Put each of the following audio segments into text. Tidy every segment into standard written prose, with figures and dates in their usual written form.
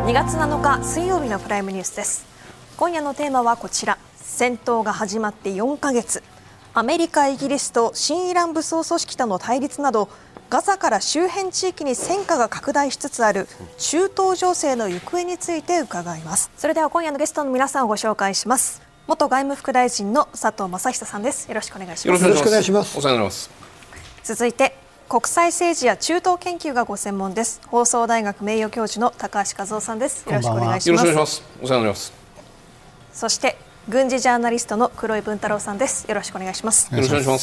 2月7日水曜日のプライムニュースです。今夜のテーマはこちら。戦闘が始まって4ヶ月、アメリカ、イギリスと新イラン武装組織との対立などガザから周辺地域に戦火が拡大しつつある中東情勢の行方について伺います。それでは今夜のゲストの皆さんをご紹介します。元外務副大臣の佐藤正久さんです。よろしくお願いします。 よろしくお願いします。 お世話になります。 続いて国際政治や中東研究がご専門です。放送大学名誉教授の高橋和夫さんです。よろしくお願いします。 よろしくお願いします。お世話になります。 そして軍事ジャーナリストの黒井文太郎さんです。よろしくお願いします。 よろしくお願いします。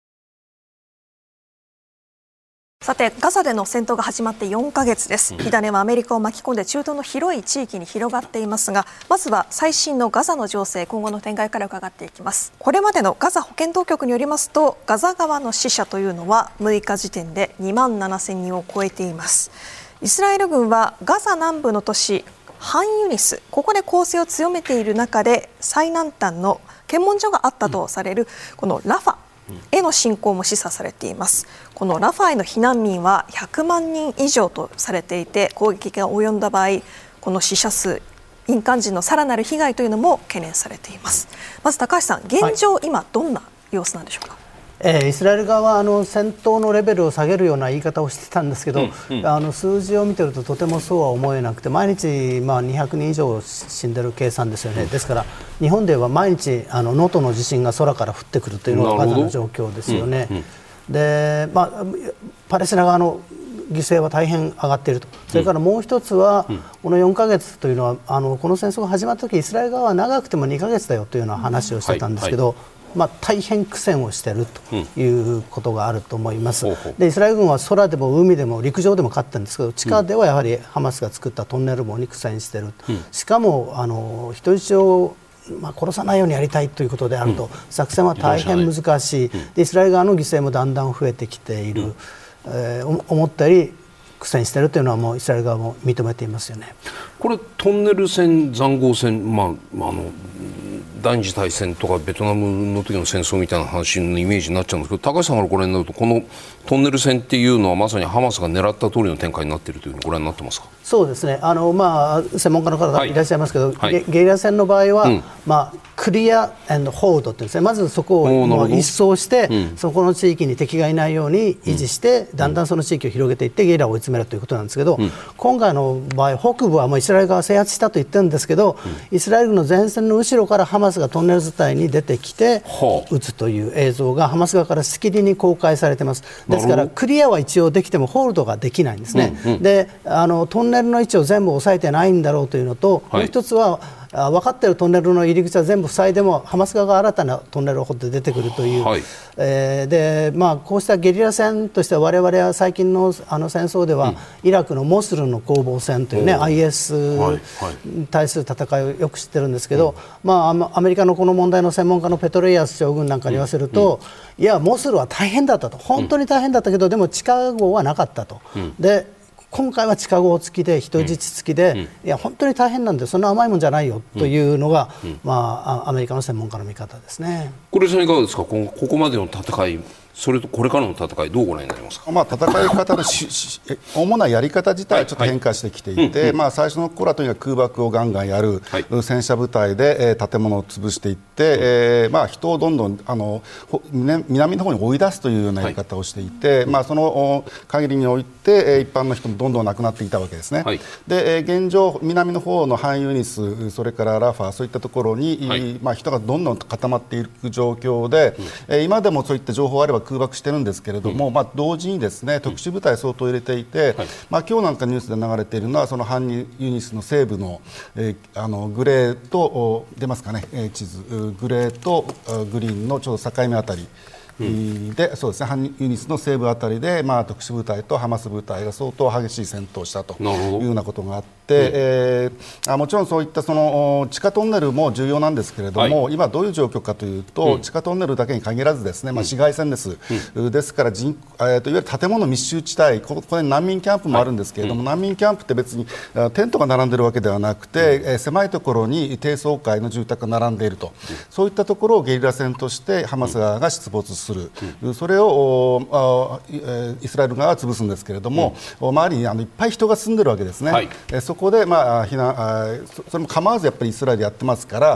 さて、ガザでの戦闘が始まって4ヶ月です。火種はアメリカを巻き込んで中東の広い地域に広がっていますが、まずは最新のガザの情勢、今後の展開から伺っていきます。これまでのガザ保健当局によりますと、ガザ側の死者というのは6日時点で2万7000人を超えています。イスラエル軍はガザ南部の都市ハンユニス、ここで攻勢を強めている中で最南端の検問所があったとされるこのラファへの侵攻も示唆されています。このラファへの避難民は100万人以上とされていて、攻撃が及んだ場合、この死者数、民間人のさらなる被害というのも懸念されています。まず高橋さん、現状、今どんな様子なんでしょうか。 イスラエル側は戦闘のレベルを下げるような言い方をしてたんですけど、数字を見てるととてもそうは思えなくて、毎日200人以上死んでる計算ですよね。ですから日本では毎日能登の地震が空から降ってくるというのがガザの状況ですよね。で、パレスチナ側の犠牲は大変上がっていると。それからもう一つは、この4ヶ月というのはこの戦争が始まった時、イスラエル側は長くても2ヶ月だよというような話をしてたんですけど、大変苦戦をしているということがあると思います。でイスラエル軍は空でも海でも陸上でも勝ったんですけど、地下ではやはりハマスが作ったトンネル網に苦戦している。しかも人質を殺さないようにやりたいということであると、作戦は大変難しい。でイスラエル側の犠牲もだんだん増えてきている。思ったより苦戦しているというのはもうイスラエル側も認めていますよね。 これトンネル戦、塹壕戦、第二次大戦とかベトナムの時の戦争みたいな話のイメージになっちゃうんですけど、高橋さんからご覧になると、このトンネル戦っていうのはまさにハマスが狙った通りの展開になっているというふうにご覧になってますか。 そうですね。専門家の方いらっしゃいますけど、ゲリラ戦の場合は、クリア&ホールドっていうんですね。まずそこを一掃して、そこの地域に敵がいないように維持して、だんだんその地域を広げていってゲリラを追い詰めるということなんですけど、今回の場合北部はもうイスラエル側制圧したと言ってるんですけど、イスラエルの前線の後ろからハマスがトンネル伝いに出てきて撃つという映像がハマス側からしきりに公開されています。ですからクリアは一応できてもホールドができないんですね。でトンネルの位置を全部押さえてないんだろうというのと、もう一つは分かっているトンネルの入り口は全部塞いでもハマス側が新たなトンネルを掘って出てくるという、でこうしたゲリラ戦としては我々は最近の戦争では、イラクのモスルの攻防戦というね、IS に対する戦いをよく知ってるんですけど、アメリカのこの問題の専門家のペトレイアス将軍なんかに言わせると、いやモスルは大変だったと、本当に大変だったけど、でも地下壕はなかったと。で今回は地下壕付きで人質付きで、いや本当に大変なんで、そんな甘いもんじゃないよというのが、アメリカの専門家の見方ですね。 これいかがですか。ここまでの戦い、それとこれからの戦い、どうご覧になりますか。 戦い方の主なやり方自体はちょっと変化してきていて、最初の頃はとにかく空爆をガンガンやる、戦車部隊で建物を潰していって、人をどんどん南の方に追い出すというようなやり方をしていて、その限りにおいて一般の人もどんどん亡くなっていたわけですね。で現状、南の方のハンユニス、それからラファ、そういったところに、人がどんどん固まっていく状況で、今でもそういった情報があれば空爆してるんですけれども、同時にですね、特殊部隊相当入れていて、今日なんかニュースで流れているのは、そのハンユニスの西部の、グレーと出ますかね、地図グレーとグリーンのちょうど境目あたりで、そうですね、ハンユニスの西部あたりで、特殊部隊とハマス部隊が相当激しい戦闘をしたというようなことがあって、もちろんそういったその地下トンネルも重要なんですけれども、今どういう状況かというと、地下トンネルだけに限らずですね、市街戦です。ですからいわゆる建物密集地帯、これ難民キャンプもあるんですけれども、難民キャンプって別にテントが並んでいるわけではなくて、狭いところに低層階の住宅が並んでいると、そういったところをゲリラ戦としてハマス側が出没すする、それをイスラエル側は潰すんですけれども、周りにいっぱい人が住んでるわけですね、はい、そこで、それも構わずやっぱりイスラエルやってますから、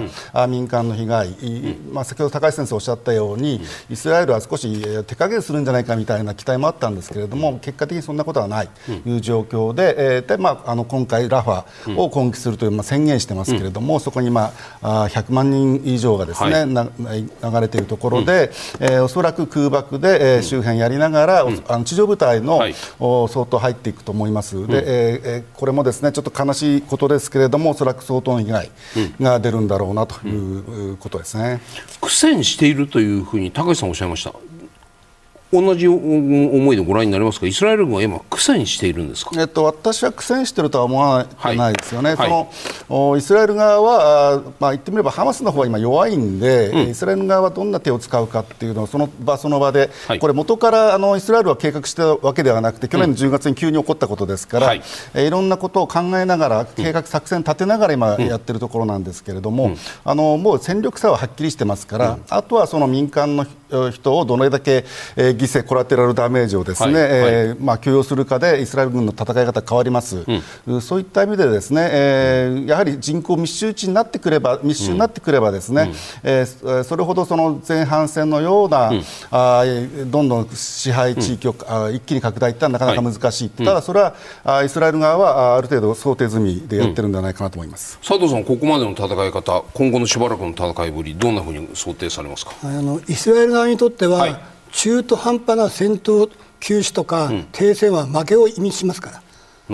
民間の被害、先ほど高橋先生おっしゃったように、イスラエルは少し手加減するんじゃないかみたいな期待もあったんですけれども、結果的にそんなことはないという状況で、今回、ラファを攻撃するという宣言してますけれども、そこに100万人以上がですね、流れているところで、おそらく空爆で周辺やりながら、地上部隊の相当入っていくと思います。でこれもですねちょっと悲しいことですけれども、おそらく相当の被害が出るんだろうなということですね。 苦戦しているというふうに高橋さんおっしゃいました。同じ思いでご覧になりますか。イスラエル軍は今苦戦しているんですか。 私は苦戦しているとは思わないですよね、イスラエル側は、言ってみればハマスの方は今弱いんで、イスラエル側はどんな手を使うかっていうのをその場で、これ元からイスラエルは計画したわけではなくて、去年の10月に急に起こったことですから、いろんなことを考えながら計画作戦立てながら今やっているところなんですけれども、もう戦力差ははっきりしてますから、あとはその民間の人をどれだけ犠牲、コラテラルダメージをですね、許容するかでイスラエル軍の戦い方変わります、そういった意味でですね、やはり人口密集地になってくればですね、それほどその前半戦のような、どんどん支配地域を一気に拡大いったらなかなか難しい、ただそれはイスラエル側はある程度想定済みでやってるんじゃないかなと思います。 佐藤さん、ここまでの戦い方、今後のしばらくの戦いぶり、どんなふうに想定されますか。 イスラエル側にとっては、中途半端な戦闘休止とか停戦は負けを意味しますから、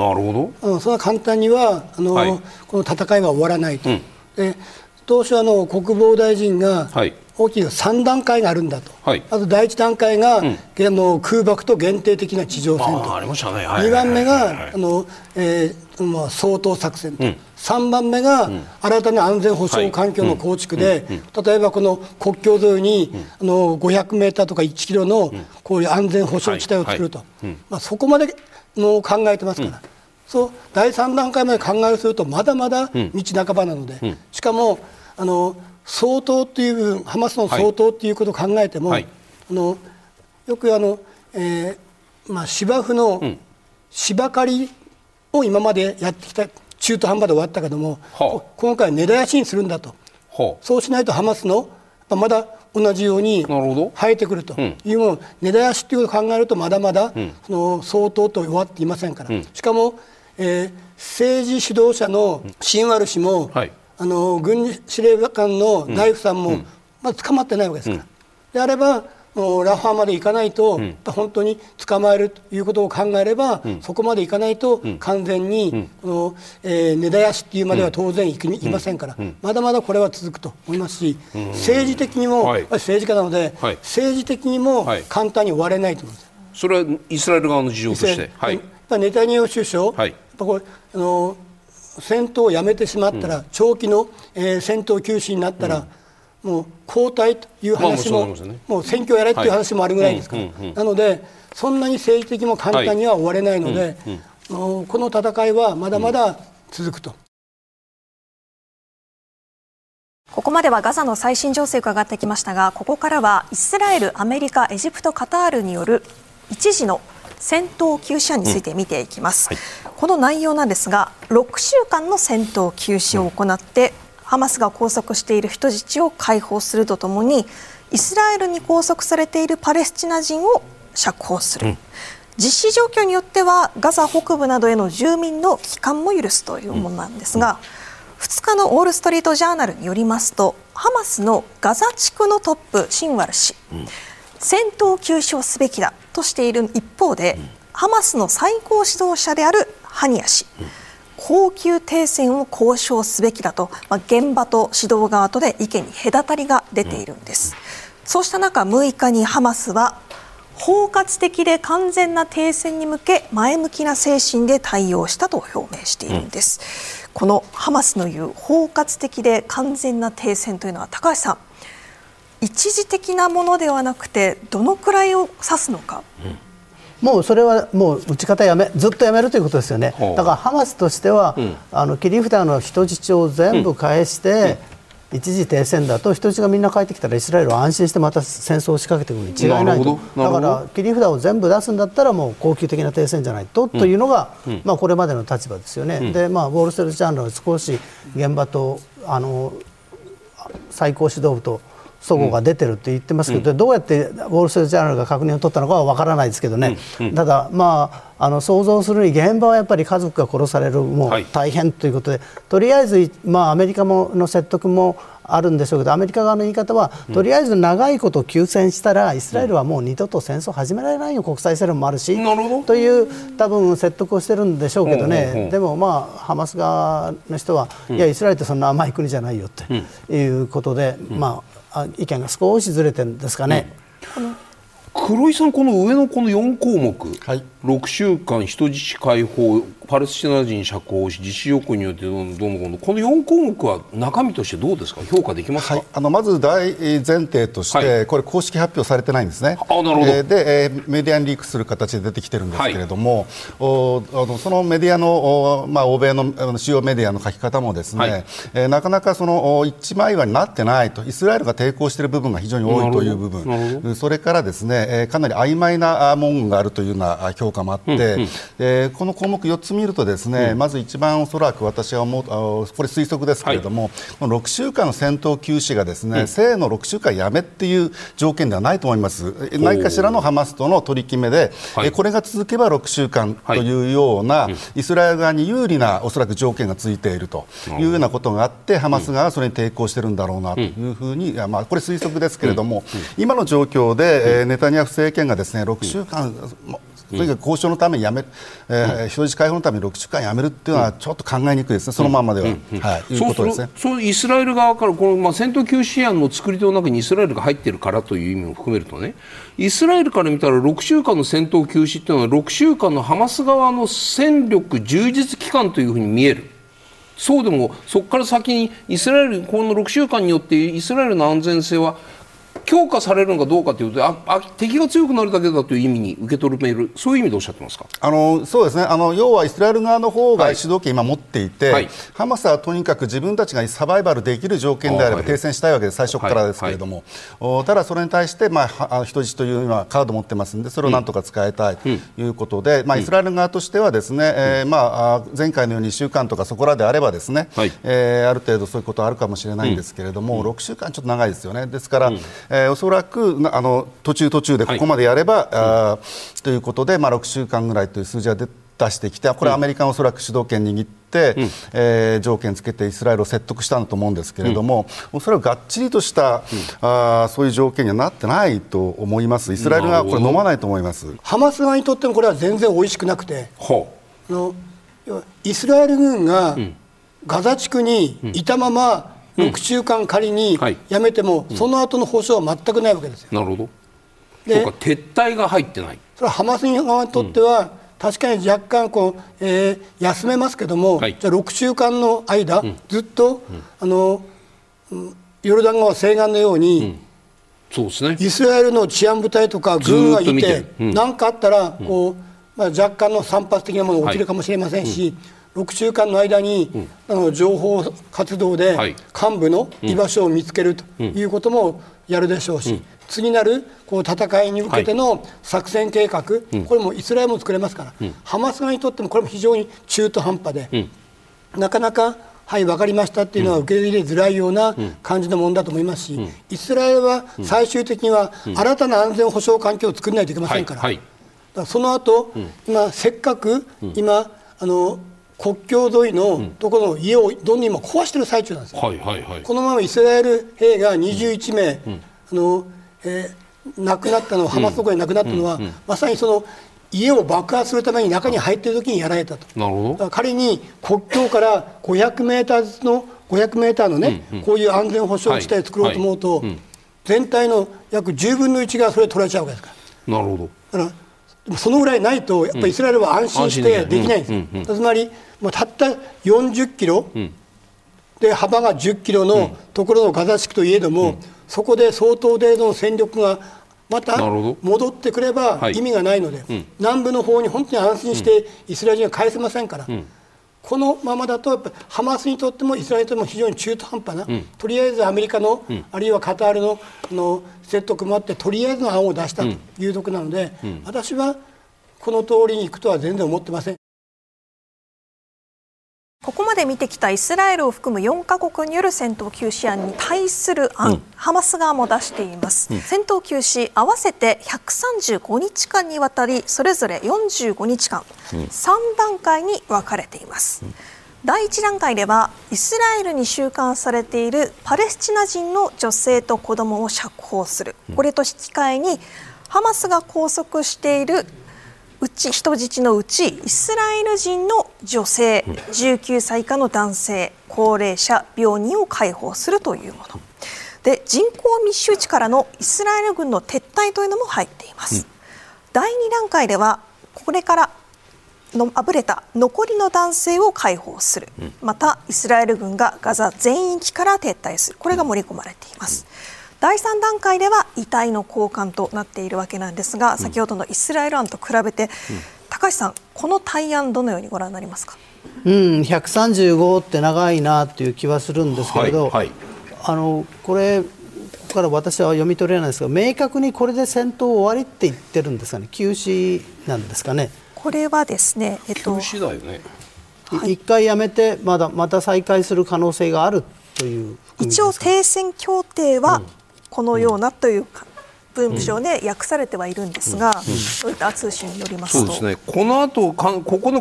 なるほど、そんな簡単にはこの戦いは終わらないと、で当初国防大臣が大きな3段階があるんだと、まず第1段階が、空爆と限定的な地上戦と、2番目が掃討作戦と、3番目が新たな安全保障環境の構築で、例えばこの国境沿いに500メーターとか1キロのこういう安全保障地帯を作ると、そこまで考えてますから、そう第3段階まで考えるとするとまだまだ道半ばなので、しかも掃討という部分、ハマスの掃討ということを考えても、よく芝生の芝刈りを今までやってきた中途半端で終わったけども、今回根絶やしにするんだと、そうしないとハマスのまだ同じように生えてくるというもの、根絶やしということを考えるとまだまだ掃討と終わっていませんから、しかも、政治指導者のシンワル氏も、軍事司令官のナイフさんもまだ捕まってないわけですから、であればラファまで行かないと、本当に捕まえるということを考えれば、そこまで行かないと完全に根絶やしというまでは当然いきませんから、まだまだこれは続くと思いますし、政治的にも、政治家なので、政治的にも簡単に終われないと思います。 それはイスラエル側の事情として、 ネタニヤフ首相、戦闘をやめてしまったら、長期の戦闘休止になったら、もう交代という話も、もう選挙やれという話もあるぐらいですから、なので、そんなに政治的も簡単には終われないので、この戦いはまだまだ続くと。 ここまではガザの最新情勢を伺ってきましたが、ここからはイスラエル、アメリカ、エジプト、カタールによる一時の戦闘休止案について見ていきます、この内容なんですが、6週間の戦闘休止を行って、ハマスが拘束している人質を解放するとともに、イスラエルに拘束されているパレスチナ人を釈放する、実施状況によってはガザ北部などへの住民の帰還も許すというものなんですが、2日のウォール・ストリート・ジャーナルによりますと、ハマスのガザ地区のトップシンワル氏、戦闘休止をすべきだとしている一方で、ハマスの最高指導者であるハニヤ氏、恒久停戦を交渉すべきだと、現場と指導側とで意見に隔たりが出ているんです、そうした中、6日にハマスは包括的で完全な停戦に向け前向きな精神で対応したと表明しているんです、このハマスの言う包括的で完全な停戦というのは、高橋さん、一時的なものではなくてどのくらいを指すのか。 もうそれはもう撃ち方ずっとやめるということですよね。だからハマスとしては、切り札の人質を全部返して、 一時停戦だと人質がみんな帰ってきたらイスラエルは安心してまた戦争を仕掛けていくに違いないと。だから切り札を全部出すんだったらもう恒久的な停戦じゃないと、というのが、これまでの立場ですよね。で、ウォール・ストリート・ジャーナルは少し現場と最高指導部と齟齬が出てるって言ってますけど、どうやってウォール・ストリート・ジャーナルが確認を取ったのかは分からないですけどね、ただ、想像するに現場はやっぱり家族が殺される、もう大変ということで、とりあえず、アメリカの説得もあるんでしょうけど、アメリカ側の言い方は、とりあえず長いこと休戦したらイスラエルはもう二度と戦争始められないよ、国際世論もあるしという多分説得をしてるんでしょうけどね、でもハマス側の人は、いやイスラエルってそんな甘い国じゃないよっていうことで、意見が少しずれてるんですかね。 黒井さん、この上のこの4項目、6週間人質解放、パレスチナ人釈放し、実施要項によってどうのこの、この4項目は中身としてどうですか、評価できますか。 まず大前提として、これ公式発表されてないんですね。 なるほど。 で、メディアにリークする形で出てきてるんですけれども、そのメディアの、欧米の主要メディアの書き方もですね、なかなかその一枚岩になってないと、イスラエルが抵抗している部分が非常に多いという部分、それからですね、かなり曖昧な文言があるというような評価もあって、この項目4つ見るとですね、まず一番おそらく私は思う、これ推測ですけれども、この6週間の戦闘休止がですね、正の6週間やめっていう条件ではないと思います。何かしらのハマスとの取り決めで、これが続けば6週間というような、イスラエル側に有利なおそらく条件がついているというようなことがあって、ハマス側はそれに抵抗しているんだろうなというふうに、これ推測ですけれども、今の状況で、ネタニヤフ政権がですね、6週間とにかく交渉のために人質解放のために6週間やめるっていうのはちょっと考えにくいですね、そのままでは。いうことですね。 そうイスラエル側からこの、戦闘休止案の作り手の中にイスラエルが入っているからという意味を含めるとね、イスラエルから見たら6週間の戦闘休止というのは6週間のハマス側の戦力充実期間というふうに見える。そうでもそこから先にイスラエルこの6週間によってイスラエルの安全性は強化されるのかどうかというと、敵が強くなるだけだという意味に受け取るメール、そういう意味でおっしゃってますか。 そうですね、要はイスラエル側の方が主導権今持っていて、ハマスはとにかく自分たちがサバイバルできる条件であれば停戦したいわけです、最初からですけれども、ただそれに対して、人質という今カードを持ってますので、それをなんとか使いたいということで、イスラエル側としてはですね、前回のように1週間とかそこらであればですね、ある程度そういうことはあるかもしれないんですけれども、6週間ちょっと長いですよね。ですから、おそらく途中でここまでやれば、ということで、6週間ぐらいという数字が出してきて、これはアメリカがおそらく主導権握って、条件つけてイスラエルを説得したんだと思うんですけれども、おそらくがっちりとした、そういう条件にはなってないと思います。イスラエルがこれ飲まないと思います。 ハマス側にとってもこれは全然おいしくなくて、イスラエル軍がガザ地区にいたまま6週間仮にやめても、その後の保証は全くないわけですよ。 なるほど。そうか、撤退が入ってない。 それはハマス側にとっては、確かに若干休めますけども、じゃあ6週間の間、ずっと、ヨルダン川西岸のように、 そうですね、 イスラエルの治安部隊とか軍がいて、何かあったら若干の散発的なものが起きるかもしれませんし、6週間の間に、情報活動で幹部の居場所を見つけるということもやるでしょうし、次なる戦いに向けての作戦計画、これもイスラエルも作れますから、ハマス側にとってもこれも非常に中途半端で、なかなかはい分かりましたっていうのは受け入れづらいような感じのものだと思いますし、イスラエルは最終的には新たな安全保障環境を作らないといけませんから、だからその後、せっかく国境沿いのところの家をどんどん今壊してる最中なんですよ。このままイスラエル兵が21名、亡くなったのは、ハマスの方で亡くなったのは、まさにその家を爆破するために中に入っている時にやられたと。 なるほど。だから仮に国境から500メーターずつの500メーターのね、こういう安全保障地帯を作ろうと思うと、全体の約10分の1がそれ取られちゃうわけですから。 なるほど。 だからそのぐらいないとやっぱりイスラエルは安心してできないんですよ。つまりたった40キロで幅が10キロのところのガザ地区といえども、そこで相当程度の戦力がまた戻ってくれば意味がないので、南部の方に本当に安心してイスラエルには返せませんから、 このままだとやっぱりハマスにとってもイスラエルにとっても非常に中途半端な、とりあえずアメリカの、あるいはカタールの説得もあってとりあえずの案を出したというところなので、私はこの通りにいくとは全然思ってません。 ここまで見てきたイスラエルを含む4カ国による戦闘休止案に対する案、ハマス側も出しています。戦闘休止合わせて135日間にわたりそれぞれ45日間、3段階に分かれています。第1段階ではイスラエルに収監されているパレスチナ人の女性と子どもを釈放する、これと引き換えにハマスが拘束している人質のうちイスラエル人の女性、19歳以下の男性、高齢者、病人を解放するというもので、人口密集地からのイスラエル軍の撤退というのも入っています。第2段階ではこれからあぶれた残りの男性を解放する、またイスラエル軍がガザ全域から撤退する、これが盛り込まれています。第3段階では遺体の交換となっているわけなんですが、先ほどのイスラエル案と比べて、高橋さん、この対案どのようにご覧になりますか。 135って長いなという気はするんですけれど、これここから私は読み取れないですが、明確にこれで戦闘終わりって言ってるんですかね、休止なんですかね。 これはですね、 休止だよね。 一回やめてまた再開する可能性があるという一応停戦協定はこのようなという文章で訳されてはいるんですが、ロイター通信によりますと、 そうですね、この後この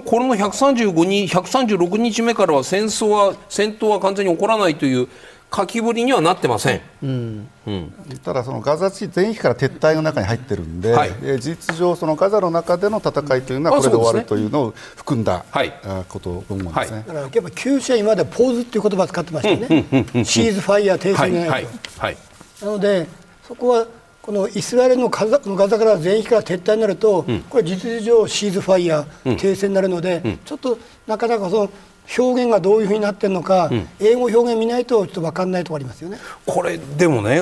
136日目からは戦闘は完全に起こらないという書きぶりにはなってません。 ただそのガザ地全域から撤退の中に入ってるんで、事実上そのガザの中での戦いというのはこれで終わるというのを含んだことを思うんですね。 だからやっぱ休止は今までポーズっていう言葉を使ってましたよね。シーズファイヤー停戦じゃないと。なのでそこはこのイスラエルのガザから全域から撤退になると、これ事実上シーズファイヤー停戦になるので、ちょっとなかなかその表現がどういうふうになっているのか、英語表現見ないとちょっと分かんないところありますよね。 これでもね、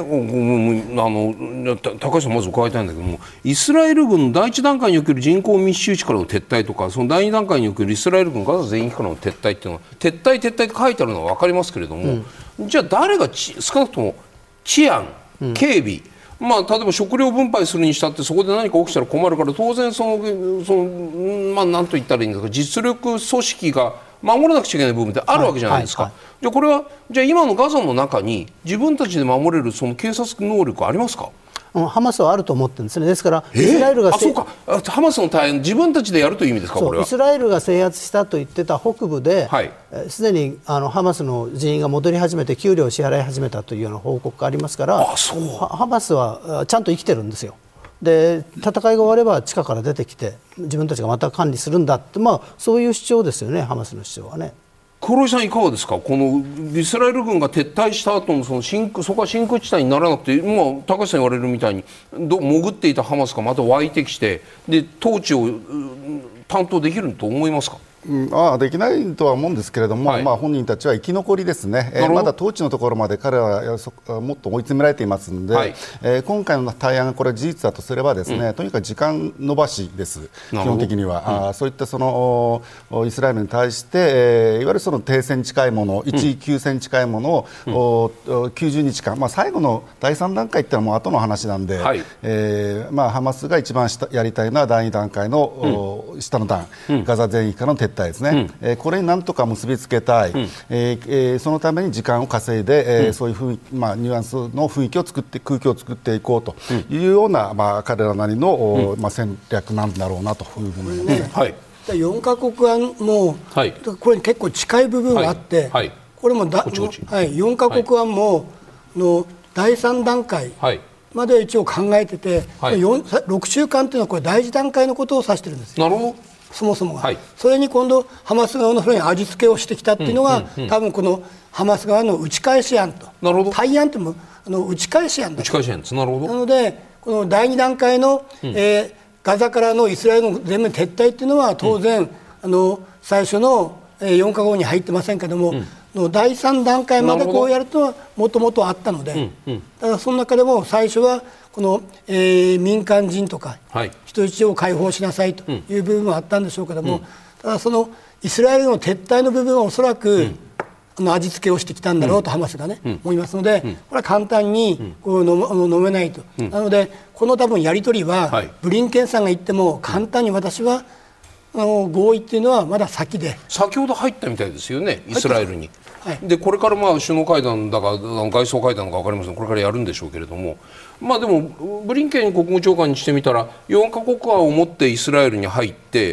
高橋さんまず伺いたいんだけども、イスラエル軍の第一段階における人口密集地からの撤退とか、その第二段階におけるイスラエル軍ガザ全域からの撤退っていうのは撤退って書いてあるのは分かりますけれども、じゃあ誰が少なくとも治安、警備、例えば食料分配するにしたってそこで何か起きたら困るから、当然何と言ったらいいんですか、実力組織が守らなくちゃいけない部分ってあるわけじゃないですか。じゃあこれは今のガザの中に自分たちで守れるその警察能力ありますか。 ハマスはあると思ってるんですね。ですからイスラエルがそうか、ハマスの対応自分たちでやるという意味ですか。これはイスラエルが制圧したと言ってた北部ですでにハマスの人員が戻り始めて給料を支払い始めたというような報告がありますから、ハマスはちゃんと生きてるんですよ。で戦いが終われば地下から出てきて自分たちがまた管理するんだって、そういう主張ですよね、ハマスの主張はね。 黒井さんいかがですか。このイスラエル軍が撤退した後のそこは真空地帯にならなくて、高橋さん言われるみたいに潜っていたハマスがまた湧いてきて、で統治を担当できると思いますか。 できないとは思うんですけれども、本人たちは生き残りですね。まだ統治のところまで彼はもっと追い詰められていますので、今回の対案がこれ事実だとすればですね、とにかく時間延ばしです。基本的には、そういったそのイスラエルに対して、いわゆるその停戦に近いもの、一時休戦に近いものを、90日間、最後の第3段階っていうのはもう後の話なんで、ハマスが一番やりたいのは第2段階の、下の段、ガザ全域からの撤退ですね。これになんとか結びつけたい、そのために時間を稼いで、そういうニュアンスの雰囲気を作って空気を作っていこうというような、彼らなりの、戦略なんだろうなというふうに思います。 4カ国案も、これに結構近い部分があって、これも4カ国案もの第3段階まで一応考えてて、6週間というのはこれ第1段階のことを指してるんですよ。 なるほど。 そもそもが、それに今度ハマス側の方に味付けをしてきたっていうのが、多分このハマス側の打ち返し案と、対案というのも打ち返し案だと。 なるほど。 なのでこの第2段階の、ガザからのイスラエルの全面撤退っていうのは当然、最初の4カ国に入ってませんけども、第3段階までこうやるともともとあったので、ただその中でも最初はこの、民間人とか人質を解放しなさいという部分はあったんでしょうけども、ただそのイスラエルの撤退の部分はおそらく、味付けをしてきたんだろうと、ハマスがね、思いますので、これは簡単に飲めないと、なので、この多分やり取りは、ブリンケンさんが言っても、簡単に私は合意っていうのはまだ先で、 先ほど入ったみたいですよね、イスラエルに。でこれから首脳会談だか外相会談か分かりません、これからやるんでしょうけれども、でもブリンケン国務長官にしてみたら4カ国案を持ってイスラエルに入って、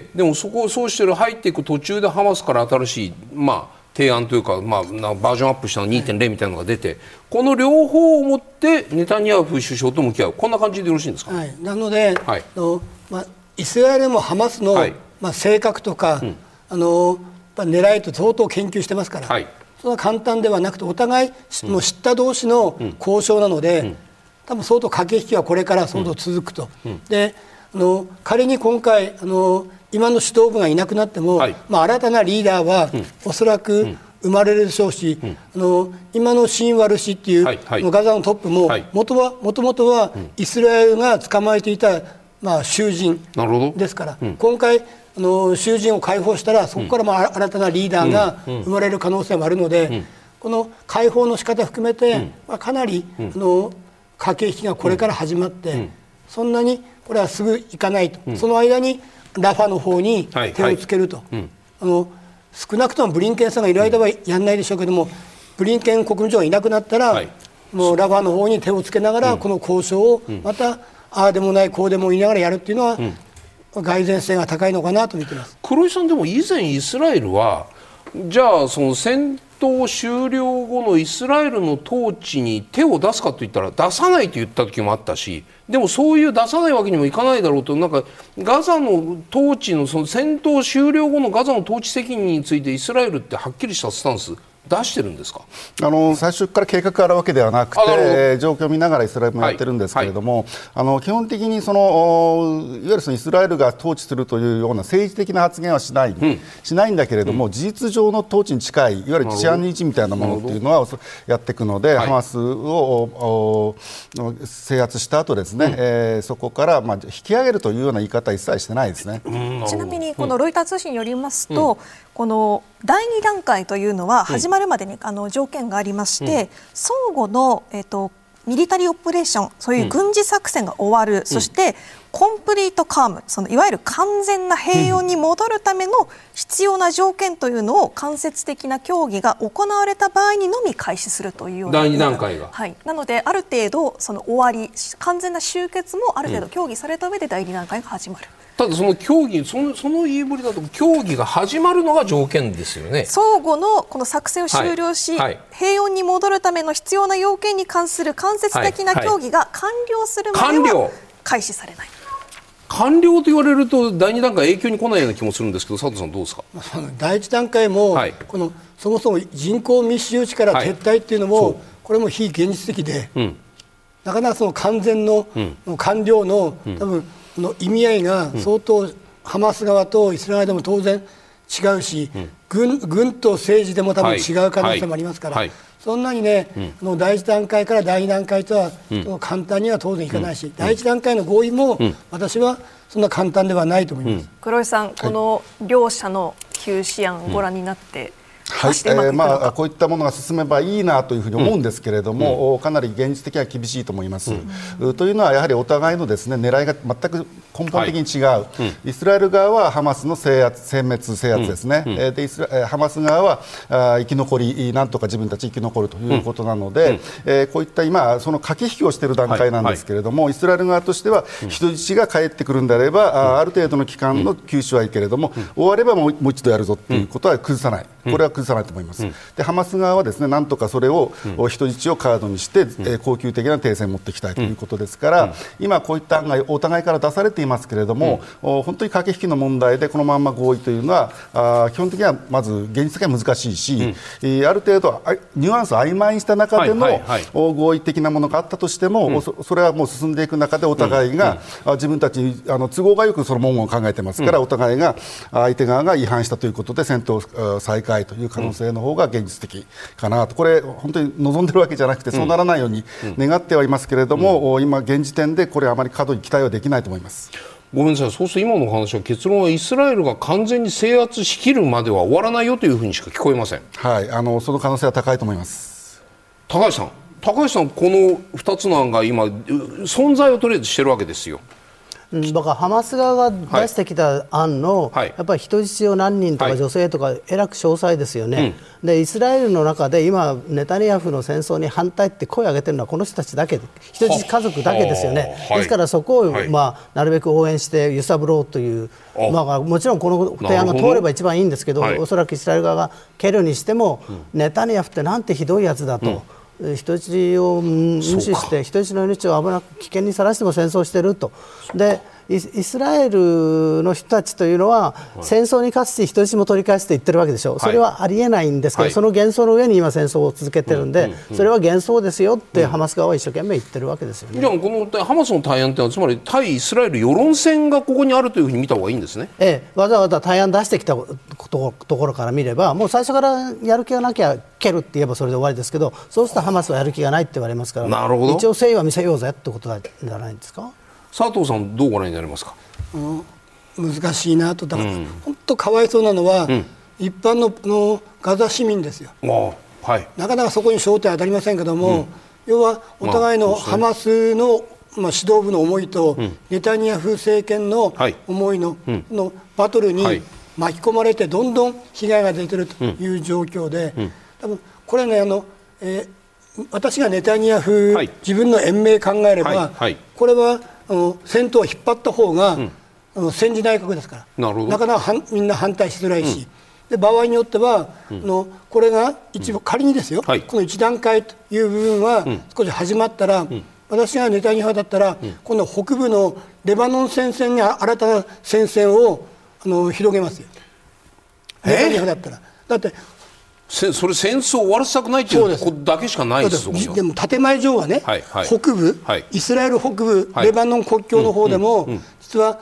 でもそうして入っていく途中でハマスから新しい、提案というか、バージョンアップしたの 2.0 みたいなのが出て、この両方を持ってネタニヤフ首相と向き合う、こんな感じでよろしいんですか。 なので、イスラエルもハマスの、性格とか、狙いと相当研究してますから、そんな簡単ではなくて、お互いもう知った同士の交渉なので、多分相当駆け引きはこれから相当続くと。で仮に今回今の指導部がいなくなっても、新たなリーダーはおそらく生まれるでしょうし、今のシンワル氏っていう、ガザのトップももともとはイスラエルが捕まえていた、囚人ですから、今回囚人を解放したら、そこからも新たなリーダーが生まれる可能性もあるので、この解放の仕方含めて、かなり駆け引きがこれから始まって、そんなにこれはすぐいかないと、その間にラファの方に手をつけると、少なくともブリンケンさんがいる間はやらないでしょうけども、ブリンケン国務長がいなくなったら、もうラファの方に手をつけながら、この交渉をまたああでもないこうでも言いながらやるっていうのは、蓋然性が高いのかなと見ています。 黒井さん、でも以前イスラエルはじゃあその戦闘終了後のイスラエルの統治に手を出すかといったら出さないと言った時もあったし、でもそういう出さないわけにもいかないだろうと、なんかガザの統治のその戦闘終了後のガザの統治責任についてイスラエルってはっきりしたスタンス出してるんですか。 最初から計画があるわけではなくて、状況を見ながらイスラエルもやってるんですけれども、基本的にいわゆるイスラエルが統治するというような政治的な発言はしないんだけれども、事実上の統治に近い、いわゆる治安維持みたいなものというのはやっていくので、ハマスを制圧した後ですね、そこから引き上げるというような言い方は一切してないですね。 ちなみにこのロイター通信によりますと、この第2段階というのは始まるまでに条件がありまして、相互の、ミリタリーオペレーション、そういう軍事作戦が終わる、そしてコンプリートカーム、そのいわゆる完全な平穏に戻るための必要な条件というのを間接的な協議が行われた場合にのみ開始するというような、 第2段階が、 なのである程度その終わり、完全な終結もある程度協議された上で第2段階が始まる。 ただその協議、その言いぶりだと協議が始まるのが条件ですよね。 相互のこの作戦を終了し、平穏に戻るための必要な要件に関する間接的な協議が完了するまでは開始されない。 完了と言われると第2段階影響に来ないような気もするんですけど、佐藤さんどうですか。 第1段階も、そもそも人口密集地から撤退っていうのも、これも非現実的で、なかなかその完全の、完了の多分の意味合いが相当、ハマス側とイスラエルでも当然違うし、軍と政治でも多分違う可能性もありますから、そんなにね、第1段階から第2段階とは、簡単には当然いかないし、第1段階の合意も、私はそんな簡単ではないと思います。 黒井さん、この両者の休止案をご覧になって、 こういったものが進めばいいなというふうに思うんですけれども、かなり現実的には厳しいと思います。というのはやはりお互いのですね、狙いが全く根本的に違う。イスラエル側はハマスの殲滅制圧ですね。でハマス側は生き残り、なんとか自分たち生き残るということなので、こういった今その駆け引きをしている段階なんですけれども、イスラエル側としては人質が帰ってくるんであれば、ある程度の期間の休止はいいけれども、終わればもう一度やるぞということは崩さない。これは崩さないと思います。でハマス側はですね、なんとかそれを人質をカードにして、恒久的な停戦に持っていきたいということですから、今こういった案がお互いから出されていますけれども、本当に駆け引きの問題でこのまま合意というのは基本的にはまず現実的には難しいし、ある程度ニュアンスを曖昧にした中での合意的なものがあったとしても、それはもう進んでいく中でお互いが自分たちに都合がよくその文言を考えてますから、お互いが相手側が違反したということで戦闘再開という可能性の方が現実的かなと。これ本当に望んでるわけじゃなくて、そうならないように願ってはいますけれども、今現時点でこれあまり過度に期待はできないと思います。 ごめんなさい、そうすると今のお話は結論はイスラエルが完全に制圧しきるまでは終わらないよというふうにしか聞こえません。 はい、その可能性は高いと思います。 高橋さん、この2つの案が今存在をとりあえずしてるわけですよ。 だからハマス側が出してきた案の、やっぱり人質を何人とか女性とかえらく詳細ですよね、でイスラエルの中で今ネタニヤフの戦争に反対って声を上げてるのはこの人たちだけ、人質家族だけですよね。ですからそこを、なるべく応援して揺さぶろうという、もちろんこの提案が通れば一番いいんですけど、おそらくイスラエル側が蹴るにしても、ネタニヤフってなんてひどいやつだと、人質を無視して人質の命を危険にさらしても戦争していると。でイスラエルの人たちというのは、戦争に勝つし人質も取り返すと言ってるわけでしょ、それはありえないんですけど、その幻想の上に今戦争を続けてるんで、それは幻想ですよってハマス側は一生懸命言ってるわけですよね。 じゃあこのハマスの対案というのはつまり対イスラエル世論戦がここにあるというふうに見た方がいいんですね。 わざわざ対案出してきたところから見れば、もう最初からやる気がなきゃ蹴るって言えばそれで終わりですけど、そうするとハマスはやる気がないって言われますから、一応誠意は見せようぜってことなんじゃないですか。 佐藤さんどうご覧になりますか。 難しいなと。だから本当かわいそうなのは、一般のガザ市民ですよ。なかなかそこに焦点当たりませんけども、要はお互いのハマスの指導部の思いと、ネタニヤフ政権の思いのバトルに巻き込まれてどんどん被害が出ているという状況で、多分これね、私がネタニヤフ、自分の延命考えれば、これは戦闘を引っ張った方が、戦時内閣ですから、なかなかみんな反対しづらいし、で場合によっては、これが仮にですよ、この1段階という部分は少し始まったら、私がネタニヤフだったら、今度北部のレバノン戦線に新たな戦線を広げますよ、ネタニヤフだったら。だってそれ戦争を終わらせたくないということだけしかないです。 でも建前上はね、北部、イスラエル北部、レバノン国境の方でも、実は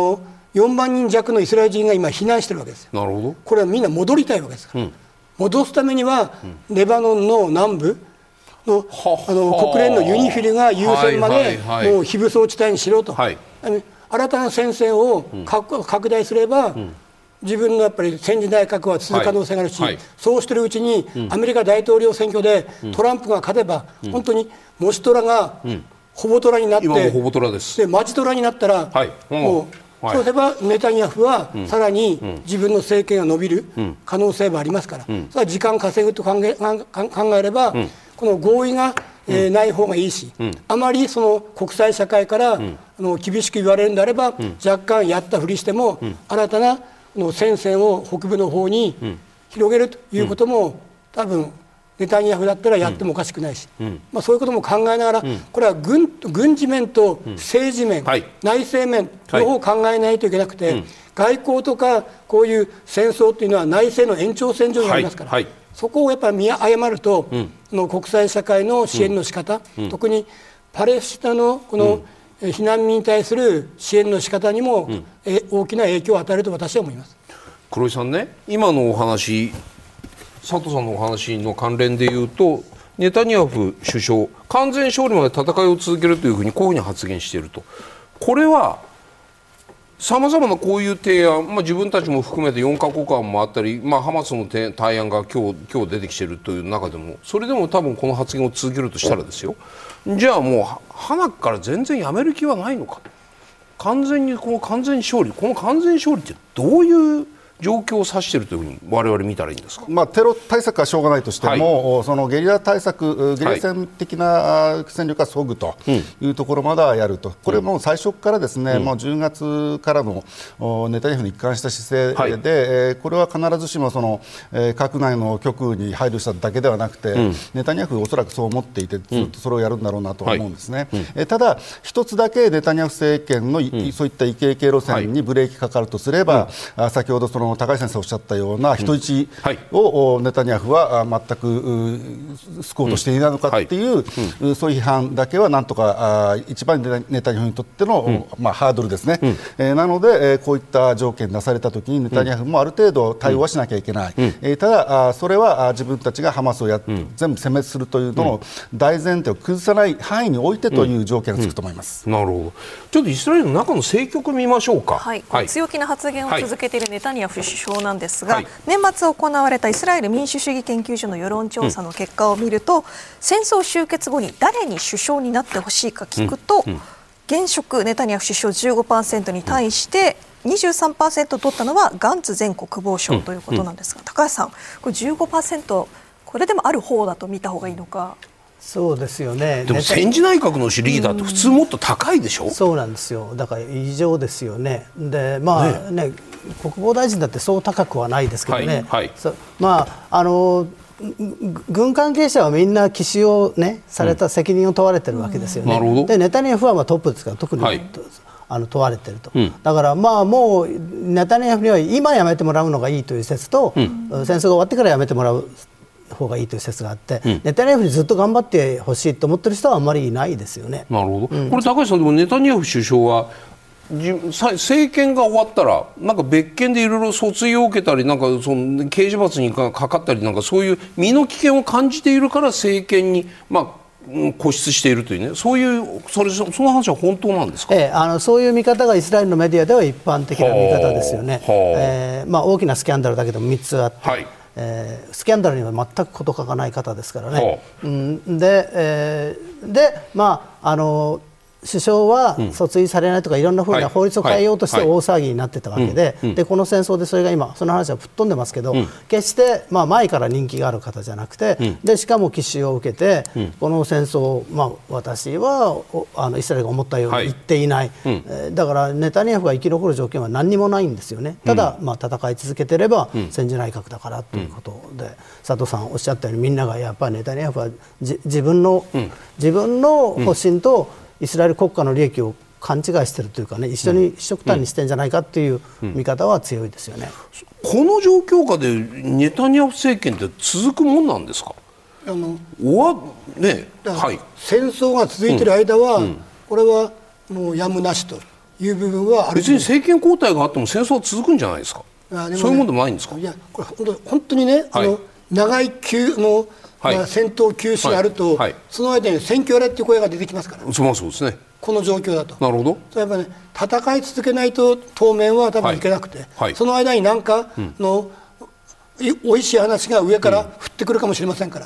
4万人弱のイスラエル人が今避難してるわけですよ。 なるほど。 これはみんな戻りたいわけですから、戻すためにはレバノンの南部の国連のユニフィルが優先までもう非武装地帯にしろと、新たな戦線を拡大すれば、自分のやっぱり戦時内閣は続く可能性があるし、そうしているうちにアメリカ大統領選挙でトランプが勝てば、本当にモシトラがホボトラになって、でマジトラになったら、もうそうすればネタニヤフはさらに自分の政権が伸びる可能性もありますから、それは時間稼ぐと考えれば、この合意がない方がいいし、あまりその国際社会から厳しく言われるんであれば、若干やったふりしても新たな戦線を北部の方に広げるということも、多分ネタニヤフだったらやってもおかしくないし、そういうことも考えながら、これは軍事面と政治面、内政面両方考えないといけなくて、外交とかこういう戦争というのは内政の延長線上にありますから、そこをやっぱり見誤ると、国際社会の支援の仕方、特にパレスチナのこの避難民に対する支援の仕方にも、大きな影響を与えると私は思います。 黒井さんね、今のお話、佐藤さんのお話の関連でいうと、ネタニヤフ首相、完全勝利まで戦いを続けるというふうにこういうふうに発言していると。これはさまざまなこういう提案、自分たちも含めて4カ国案もあったり、ハマスの対案が今日出てきているという中でも、それでも多分この発言を続けるとしたらですよ、じゃあもう花から全然やめる気はないのか、完全にこの完全勝利ってどういう状況を指しているというふうに我々見たらいいんですか。 テロ対策はしょうがないとしても、そのゲリラ対策、ゲリラ戦的な戦力はそぐというところまではやると、これも最初からですね、もう10月からのネタニヤフの一貫した姿勢で、これは必ずしもその閣内の局務に配慮しただけではなくて、ネタニヤフおそらくそう思っていて、ずっとそれをやるんだろうなと思うんですね。ただ一つだけネタニヤフ政権のそういったイケイケ路線にブレーキかかるとすれば、先ほどその高橋先生おっしゃったような人質をネタニヤフは全く救おうとしていないのかっていう、そういう批判だけはなんとか一番ネタニヤフにとっての、ハードルですね。なので、こういった条件出されたときにネタニヤフもある程度対応はしなきゃいけない。ただそれは自分たちがハマスを全部殲滅するというのの大前提を崩さない範囲においてという条件がつくと思います。 なるほど。ちょっとイスラエルの中の政局見ましょうか。 強気な発言を続けているネタニヤフ首相なんですが、年末行われたイスラエル民主主義研究所の世論調査の結果を見ると、戦争終結後に誰に首相になってほしいか聞くと、現職ネタニヤフ首相 15% に対して23% 取ったのはガンツ前国防相ということなんですが、高橋さん、これ 15%、これでもある方だと見た方がいいのか。 そうですよね。 でも戦時内閣のリーダーって普通もっと高いでしょ。 そうなんですよ。だから異常ですよね。で、国防大臣だってそう高くはないですけどね。軍関係者はみんな奇襲をされた責任を問われてるわけですよね。でネタニヤフはトップですから特に、問われていると。だからもうネタニヤフには今やめてもらうのがいいという説と、戦争が終わってからやめてもらう方がいいという説があって、ネタニヤフにずっと頑張ってほしいと思っている人はあんまりいないですよね。 なるほど。これ高橋さん、でもネタニヤフ首相は政権が終わったらなんか別件でいろいろ訴追を受けたり、なんかその刑事罰にかかったり、なんかそういう身の危険を感じているから政権に固執しているというね、その話は本当なんですか。 そういう見方がイスラエルのメディアでは一般的な見方ですよね。大きなスキャンダルだけでも3つあって、スキャンダルには全く事欠かない方ですからね。首相は訴追されないとかいろんなふうな法律を変えようとして大騒ぎになってたわけで、この戦争でそれが今その話は吹っ飛んでますけど、決して前から人気がある方じゃなくて、でしかも奇襲を受けて、この戦争、私はイスラエルが思ったように言っていない、だからネタニヤフが生き残る条件は何にもないんですよね。ただ戦い続けていれば戦時内閣だからということで、佐藤さんおっしゃったようにみんながやっぱりネタニヤフは自分の方針とイスラエル国家の利益を勘違いしているというかね、一緒くたにしてるんじゃないかという見方は強いですよね。 この状況下でネタニヤフ政権って続くもんなんですか。 戦争が続いている間は、これはもうやむなしという部分はある。 別に政権交代があっても戦争は続くんじゃないですか。そういうもんでもないんですか。 いや、これ本当にね、長い戦闘休止があると、その間に選挙やれという声が出てきますから。 そうですね。この状況だと。 なるほど。 やっぱり戦い続けないと当面は多分いけなくて、その間に何かのおいしい話が上から降ってくるかもしれませんから、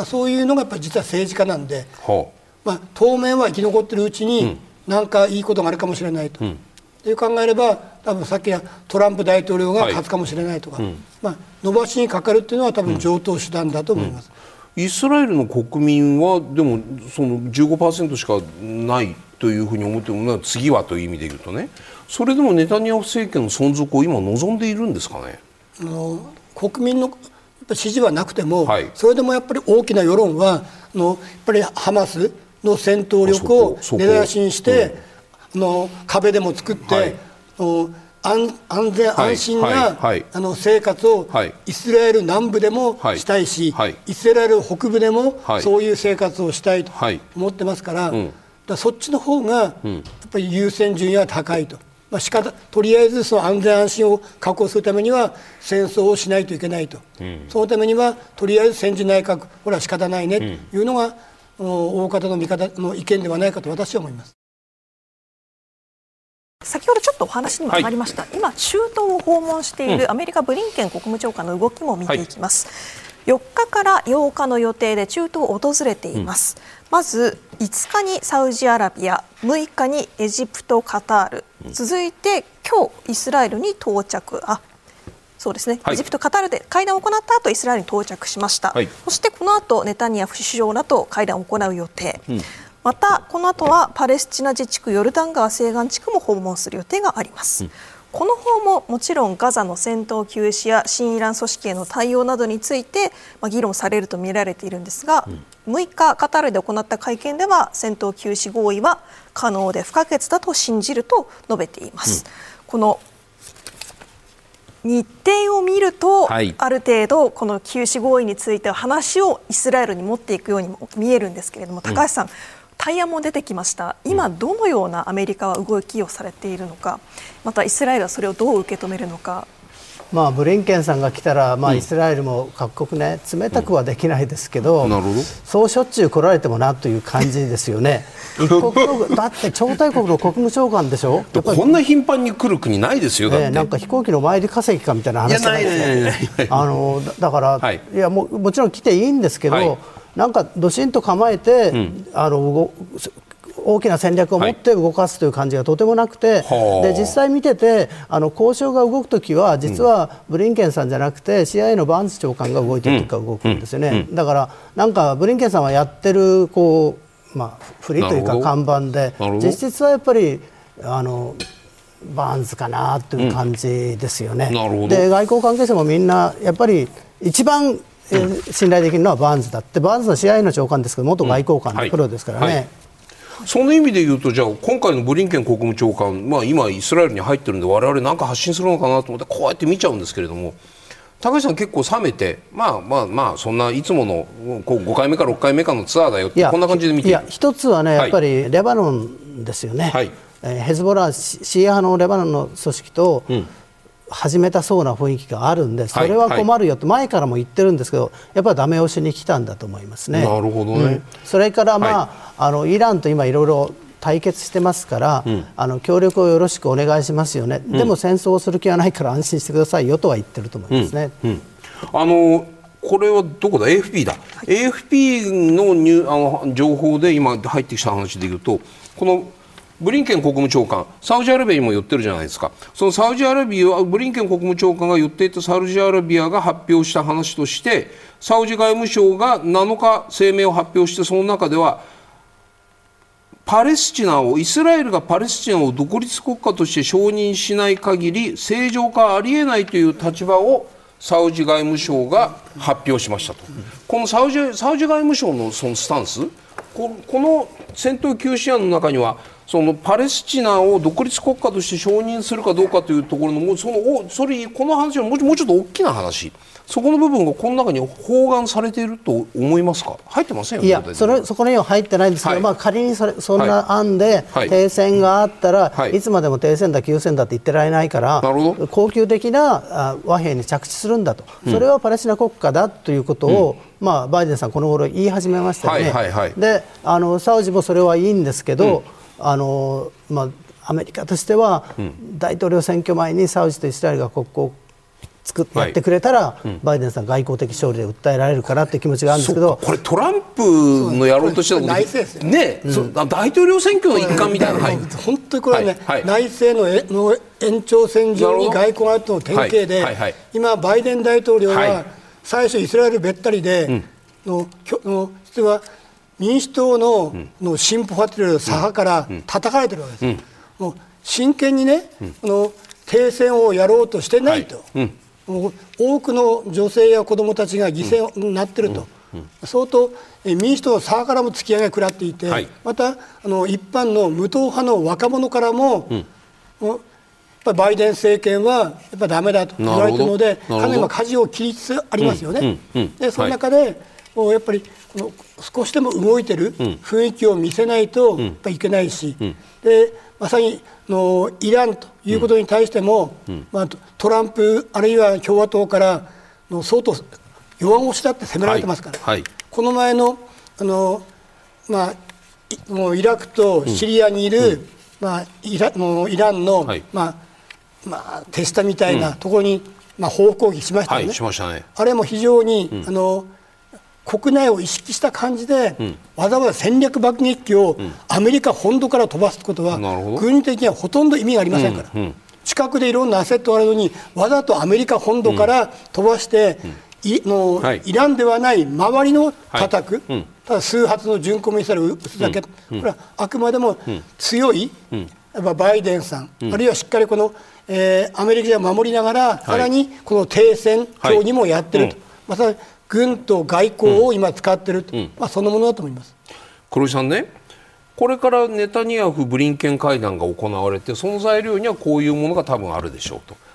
そういうのがやっぱり実は政治家なんで、当面は生き残っているうちに何かいいことがあるかもしれないと。いう考えれば、多分さっきはトランプ大統領が勝つかもしれないとか、伸ばしにかかるっていうのは多分常套手段だと思います。 イスラエルの国民はでもその 15% しかないというふうに思っても、次はという意味で言うとね、それでもネタニヤフ政権の存続を今望んでいるんですかね。 国民のやっぱ支持はなくても、それでもやっぱり大きな世論はやっぱりハマスの戦闘力を根絶やしにして、壁でも作って、安全安心な生活をイスラエル南部でもしたいし、イスラエル北部でもそういう生活をしたいと思ってますから、そっちの方がやっぱり優先順位は高いと。とりあえずその安全安心を確保するためには戦争をしないといけないと、そのためにはとりあえず戦時内閣、これは仕方ないねというのが大方の見方の意見ではないかと私は思います。 先ほどちょっとお話にも上がりました、今中東を訪問しているアメリカブリンケン国務長官の動きも見ていきます。4日から8日の予定で中東を訪れています。まず5日にサウジアラビア、6日にエジプト、カタール、続いて今日イスラエルに到着、そうですね、エジプト、カタールで会談を行った後イスラエルに到着しました。そしてこの後ネタニヤフ首相らと会談を行う予定。またこの後はパレスチナ自治区ヨルダン川西岸地区も訪問する予定があります。この訪問もちろんガザの戦闘休止や新イラン組織への対応などについて議論されると見られているんですが、6日カタールで行った会見では戦闘休止合意は可能で不可欠だと信じると述べています。この日程を見ると、 はい、 ある程度この休止合意については話をイスラエルに持っていくようにも見えるんですけれども、高橋さん、対案も出てきました。今どのようなアメリカは動きをされているのか、またイスラエルはそれをどう受け止めるのか。 ブリンケンさんが来たら、イスラエルも各国ね、冷たくはできないですけど、そうしょっちゅう来られてもなという感じですよね。一国だって超大国の国務長官でしょ。 こんな頻繁に来る国ないですよ。だってなんか飛行機の参り稼ぎかみたいな話じゃないですか。だから、はい、いやもちろん来ていいんですけど、はい、なんかどしんと構えて、大きな戦略を持って動かすという感じがとてもなくて、で実際見てて交渉が動くときは実はブリンケンさんじゃなくて CIA のバーンズ長官が動いているときから動くんですよね。だからなんかブリンケンさんはやってる振りというか看板で、実質はやっぱりバーンズかなという感じですよね。で外交関係者もみんなやっぱり一番信頼できるのはバーンズだって、バーンズは CIA の長官ですけど元外交官のプロですからね。 その意味で言うと、じゃあ今回のブリンケン国務長官、今イスラエルに入ってるんで我々なんか発信するのかなと思ってこうやって見ちゃうんですけれども、高橋さん結構冷めて、そんないつもの5回目か6回目かのツアーだよってこんな感じで見ている。 一つはね、やっぱりレバノンですよね。はい、ヘズボラシーア派のレバノンの組織と、始めたそうな雰囲気があるんで、それは困るよって前からも言ってるんですけど、やっぱりダメ押しに来たんだと思いますね。 なるほどね。 それからイランと今いろいろ対決してますから、協力をよろしくお願いしますよね。でも戦争をする気はないから安心してくださいよとは言ってると思いますね。 これはどこだ AFP だ、AFP の情報で今入ってきた話でいうと、このブリンケン国務長官、サウジアラビアにも寄ってるじゃないですか。そのサウジアラビアはブリンケン国務長官が寄っていたサウジアラビアが発表した話として、サウジ外務省が7日声明を発表して、その中ではイスラエルがパレスチナを独立国家として承認しない限り正常化はありえないという立場をサウジ外務省が発表しましたと。このサウジ外務省のそのスタンス、この戦闘休止案の中にはそのパレスチナを独立国家として承認するかどうかというところのこの話はもうちょっと大きな話、そこの部分がこの中に包含されていると思いますか。入ってませんよね。 いや、そこには入ってないんですけど、仮にそんな案で停戦があったら、いつまでも停戦だ休戦だって言ってられないから、恒久的な和平に着地するんだと、それはパレスチナ国家だということを、バイデンさんこの頃言い始めましたよね。でサウジもそれはいいんですけど、アメリカとしては、大統領選挙前にサウジとイスラエルが国交をやってくれたら、バイデンさん外交的勝利で訴えられるからという気持ちがあるんですけど、 これトランプのやろうとしたことね、大統領選挙の一環みたいな、 本当にこれはね、内政の延長線上に外交があるとの典型で、今バイデン大統領は最初イスラエルべったりで、実は民主党の進歩派という左派から叩かれてるわけです。もう真剣にね、停戦をやろうとしてないと、多くの女性や子どもたちが犠牲になっていると、相当民主党の左派からも突き上げが食らっていて、また一般の無党派の若者からも、やっぱりバイデン政権はやっぱりダメだと言われているので、かなり舵を切りつつありますよね。でその中でやっぱり少しでも動いてる雰囲気を見せないとやっぱりいけないし、でまさにイランということに対しても、トランプあるいは共和党から相当弱腰だって責められてますから、この前のイラクとシリアにいる、イランの、手下みたいなところに、報攻撃しましたよね。あれも非常に、国内を意識した感じで、わざわざ戦略爆撃機をアメリカ本土から飛ばすことは、軍事的にはほとんど意味がありませんから、近くでいろんなアセットがあるのに、わざとアメリカ本土から飛ばして、イランではない周りの叩く、ただ数発の巡航ミサイルを撃つだけ、これはあくまでも強い、やっぱバイデンさん、あるいはしっかりこの、アメリカで守りながら、さらにこの停戦協議もやってると。また軍と外交を今使っている、そのものだと思います。 黒井さんね、これからネタニヤフ・ブリンケン会談が行われて、その材料にはこういうものが多分あるでしょうと。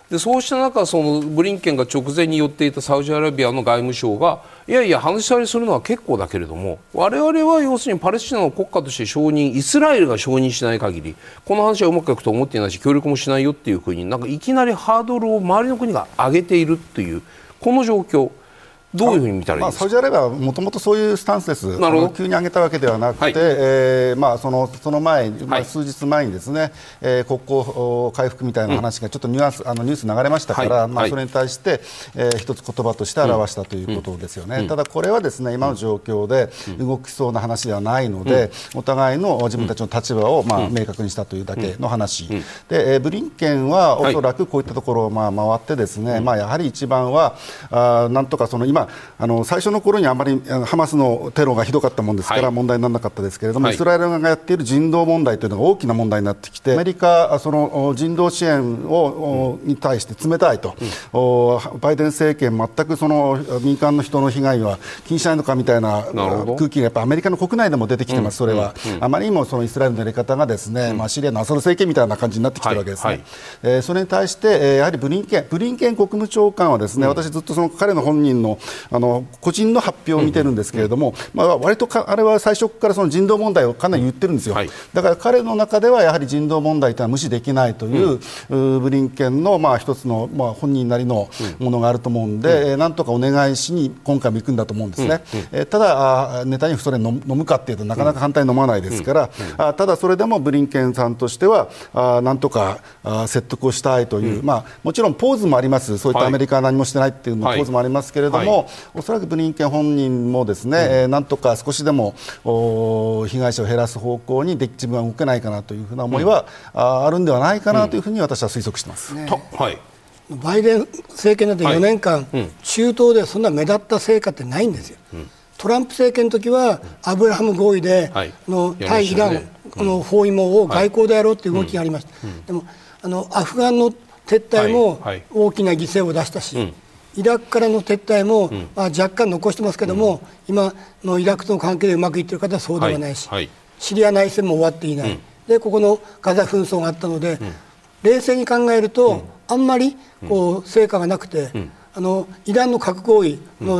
でそうした中、そのブリンケンが直前に寄っていたサウジアラビアの外務省がいやいや話し合いするのは結構だけれども、我々は要するにパレスチナの国家として承認、イスラエルが承認しない限りこの話はうまくいくと思っていないし協力もしないよっていうふうになんかいきなりハードルを周りの国が上げているというこの状況、どういうふうに見たらいいですか。 サウジアラビアはもともとそういうスタンスです。急に上げたわけではなくて、その前、数日前にですね、国交回復みたいな話がちょっとニュース流れましたから、それに対して、一つ言葉として表したということですよね。ただこれはですね、今の状況で動きそうな話ではないので、お互いの自分たちの立場を明確にしたというだけの話、でブリンケンはおそらくこういったところを回ってですね、やはり一番はなんとか今最初の頃にあまりハマスのテロがひどかったものですから問題にならなかったですけれども、イスラエル側がやっている人道問題というのが大きな問題になってきて、アメリカその人道支援に対して冷たいと、バイデン政権全くその民間の人の被害は気にしないのかみたいな空気がやっぱアメリカの国内でも出てきてます。それはあまりにもそのイスラエルのやり方がですね、シリアのアサド政権みたいな感じになってきているわけですね。それに対してやはりブリンケン国務長官はですね、私ずっとその彼の本人の個人の発表を見てるんですけれども、割とあれは最初からその人道問題をかなり言ってるんですよ。だから彼の中ではやはり人道問題というのは無視できないというブリンケンの一つの本人なりのものがあると思うんで、なんとかお願いしに今回も行くんだと思うんですね。ただネタニヤフそれ飲むかっていうとなかなか反対に飲まないですから、ただそれでもブリンケンさんとしてはなんとか説得をしたいという、もちろんポーズもあります。そういったアメリカは何もしてないっていうポーズもありますけれども、おそらくブリンケン本人もですね、なんとか少しでも被害者を減らす方向に自分は動けないかなというふうな思いはあるんではないかなというふうに私は推測しています。 バイデン政権だって4年間、中東でそんな目立った成果ってないんですよ。トランプ政権の時はアブラハム合意で、対イランの包囲網を外交でやろうという動きがありました。でもアフガンの撤退も大きな犠牲を出したし、イラクからの撤退も、若干残してますけども、今のイラクとの関係でうまくいっている方はそうではないし、シリア内戦も終わっていない、でここのガザ紛争があったので、冷静に考えると、あんまり成果がなくて、イランの核合意の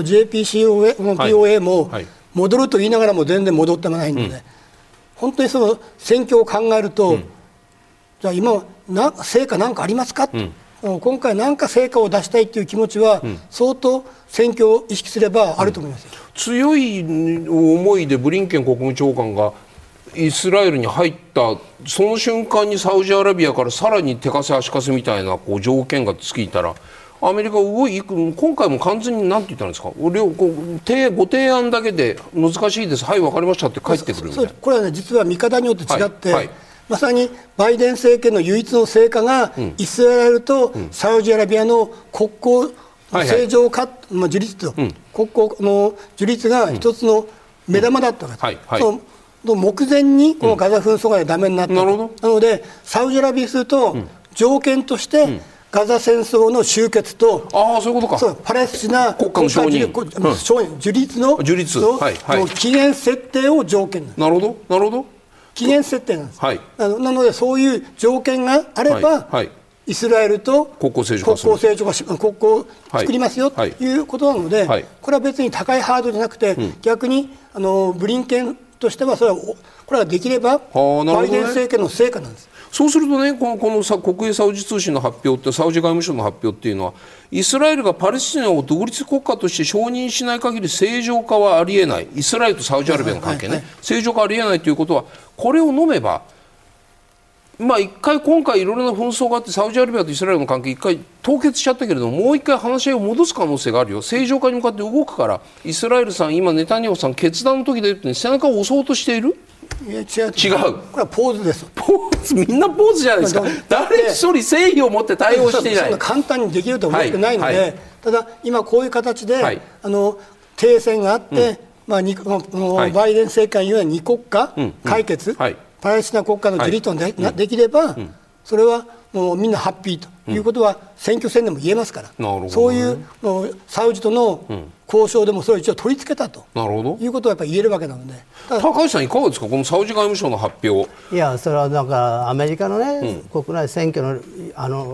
JCPOA も戻ると言いながらも全然戻ってもないので、本当にその戦況を考えると、じゃあ今成果なんかありますか、今回何か成果を出したいという気持ちは相当選挙を意識すればあると思います。 強い思いでブリンケン国務長官がイスラエルに入ったその瞬間にサウジアラビアからさらに手かせ足かせみたいな条件がついたら、アメリカ今回も完全に何て言ったんですか、ご提案だけで難しいです、はい分かりましたって帰ってくるみたいな。 これはね、実は見方によって違って、まさにバイデン政権の唯一の成果が、イスラエルとサウジアラビアの国交正常化、樹立と、国交の樹立が一つの目玉だったわけです。その目前にこのガザ紛争がダメになった、なのでサウジアラビアにすると、条件として、ガザ戦争の終結と、 そういうことか、 パレスチナ国家樹立の期限設定を条件なるほど期限設定なんです。なのでそういう条件があれば、イスラエルと国交を作りますよということなので、これは別に高いハードルじゃなくて、逆にブリンケンとしてはこれができればバイデン政権の成果なんです。 そうするとね、この国営サウジ通信の発表って、サウジ外務省の発表っていうのは、イスラエルがパレスチナを独立国家として承認しない限り正常化はありえない、イスラエルとサウジアラビアの関係ね、正常化はありえないということは、これを飲めば、一回今回いろいろな紛争があって、サウジアラビアとイスラエルの関係一回凍結しちゃったけれども、もう一回話し合いを戻す可能性があるよ、正常化に向かって動くから、イスラエルさん、今ネタニヤフさん決断の時で言って、背中を押そうとしている。 いや違う、これはポーズです。 みんなポーズじゃないですか。誰一人誠意を持って対応していない。 そんな簡単にできると思ってないので、ただ今こういう形で、停戦があって、バイデン政権が言うような2国家解決、パレスチナ国家の樹立ができれば、それはもうみんなハッピーということは選挙戦でも言えますから、そういうサウジとの交渉でもそれを一応取り付けたということはやっぱり言えるわけなので。 高橋さんいかがですか、このサウジ外務省の発表。 いや、それはなんかアメリカのね、国内選挙の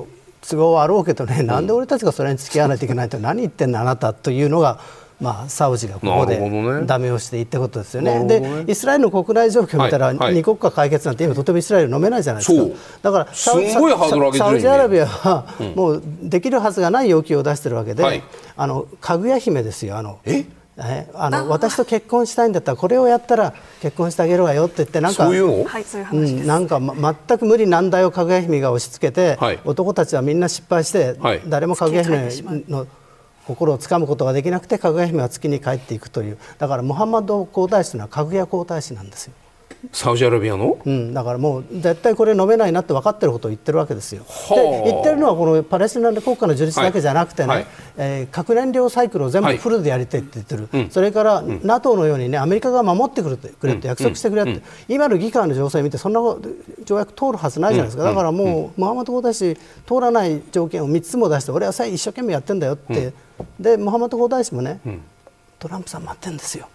都合はあろうけどね、なんで俺たちがそれに付き合わないといけないと、何言ってんのあなたというのが、サウジがここでダメをしていったことですよね。でイスラエルの国内状況を見たら、二国家解決なんて今とてもイスラエル飲めないじゃないですか。だからサウジアラビアはもうできるはずがない要求を出しているわけで、かぐや姫ですよ。私と結婚したいんだったらこれをやったら結婚してあげるわよって言って、なんか全く無理難題をかぐや姫が押し付けて、男たちはみんな失敗して、誰もかぐや姫の心をつかむことができなくて、かぐや姫は月に帰っていくという。だからムハンマド皇太子というのはかぐや皇太子なんですよ。 サウジアラビアの、 だからもう絶対これ飲めないなって分かってることを言ってるわけですよ。で言ってるのはこのパレスチナ国家の樹立だけじゃなくてね、核燃料サイクルを全部フルでやりたいって言ってる、それから NATO のようにね、アメリカが守ってくれって約束してくれって、今の議会の情勢を見てそんな条約通るはずないじゃないですか。だからもうムハンマド皇太子通らない条件を3つも出して、俺は一生懸命やってんだよって、でムハンマド皇太子もね、トランプさん待ってるんですよ。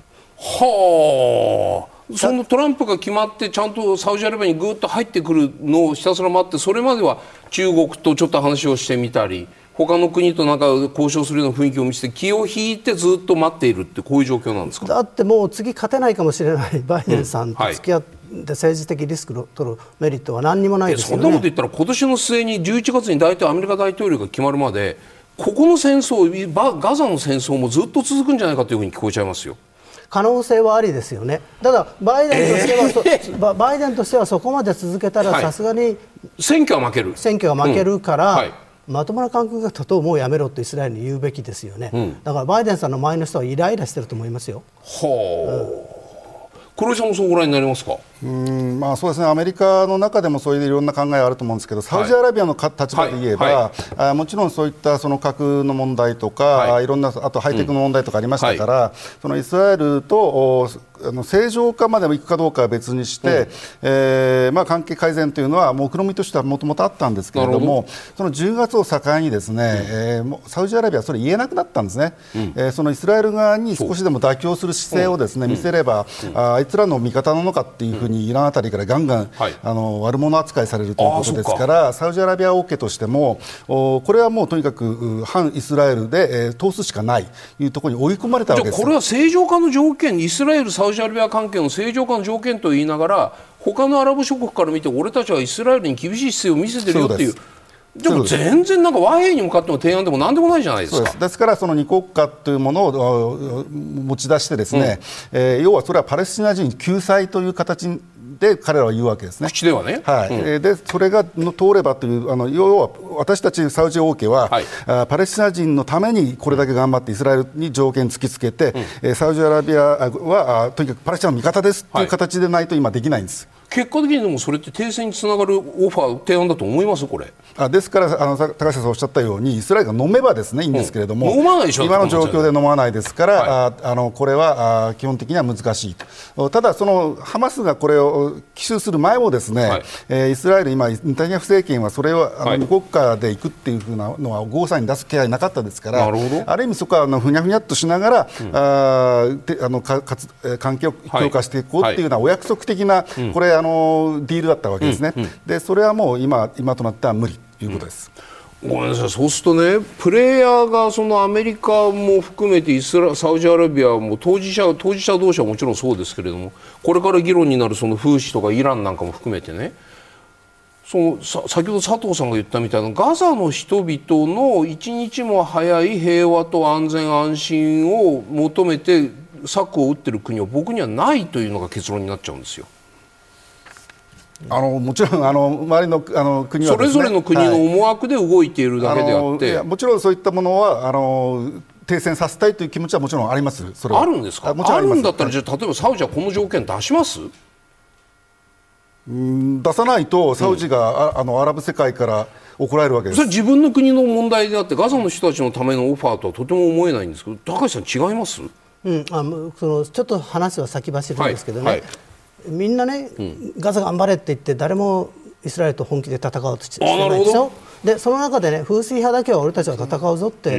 そのトランプが決まってちゃんとサウジアラビアにぐっと入ってくるのをひたすら待って、それまでは中国とちょっと話をしてみたり、他の国となんか交渉するような雰囲気を見せて気を引いてずっと待っているって、こういう状況なんですか。 だってもう次勝てないかもしれないバイデンさんと付き合って政治的リスクを取るメリットは何にもないですよね。 そんなこと言ったら今年の末に11月にアメリカ大統領が決まるまで、ここの戦争、ガザの戦争もずっと続くんじゃないかというふうに聞こえちゃいますよ。 可能性はありですよね。ただバイデンとしてはそこまで続けたらさすがに選挙は負けるから、まともな感覚がともうやめろとイスラエルに言うべきですよね。だからバイデンさんの周りの人はイライラしてると思いますよ。 黒井さんもそうご覧になりますか。 そうですね、アメリカの中でもそういういろんな考えがあると思うんですけど、サウジアラビアの立場で言えば、もちろんそういったその核の問題とか、いろんなあとハイテクの問題とかありましたから、そのイスラエルと正常化までいくかどうかは別にして、関係改善というのは目論見としてはもともとあったんですけれども、その10月を境にですね、サウジアラビアはそれ言えなくなったんですね。そのイスラエル側に少しでも妥協する姿勢をですね、見せれば、あいつらの味方なのかっていうふうにイランあたりからガンガン、悪者扱いされるということですから、サウジアラビア王家としてもこれはもうとにかく反イスラエルで、通すしかないというところに追い込まれたわけです。 じゃあこれは正常化の条件、イスラエル・サウジアラビア関係の正常化の条件と言いながら、他のアラブ諸国から見て俺たちはイスラエルに厳しい姿勢を見せてるよっていう。でも全然なんか和平に向かっての提案でも何でもないじゃないですか。 ですからその二国家というものを持ち出してですね、要はそれはパレスチナ人救済という形で彼らは言うわけですね。 口ではね。 でそれが通ればという要は私たちサウジ王家は、パレスチナ人のためにこれだけ頑張ってイスラエルに条件突きつけて、サウジアラビアはとにかくパレスチナの味方ですという形でないと今できないんです。 結果的にでもそれって停戦につながるオファー提案だと思いますこれ。 ですから高橋さんおっしゃったようにイスラエルが飲めばですねいいんですけれども、 飲まないでしょ、 今の状況で飲まないですから、これは基本的には難しいと。ただそのハマスがこれを奇襲する前もですね、イスラエル今ネタニヤフ政権はそれを二国家で行くっていうふうなのはゴーサインに出す気配なかったですから、ある意味そこはふにゃふにゃっとしながら、関係を強化していこうっていうようなお約束的なこれディールだったわけですね。でそれはもう今となっては無理ということです。 ごめんなさい。そうするとね、プレイヤーがそのアメリカも含めてサウジアラビアも当事者同士はもちろんそうですけれども、これから議論になるそのフーシとかイランなんかも含めてね、先ほど佐藤さんが言ったみたいなガザの人々の一日も早い平和と安全安心を求めて策を打っている国は僕にはないというのが結論になっちゃうんですよ。 もちろん周りの国はですね、 それぞれの国の思惑で動いているだけであって、 もちろんそういったものは停戦させたいという気持ちはもちろんあります。それはあるんですか。あるんだったらじゃあ例えばサウジはこの条件出します？ 出さないとサウジが、アラブ世界から怒られるわけです。 それ自分の国の問題であってガザの人たちのためのオファーとはとても思えないんですけど、高橋さん違います？ ちょっと話は先走るんですけどね、みんなね、ガザ頑張れって言って誰もイスラエルと本気で戦おうとしてないでしょ。でその中でね、フーシ派だけは俺たちは戦うぞって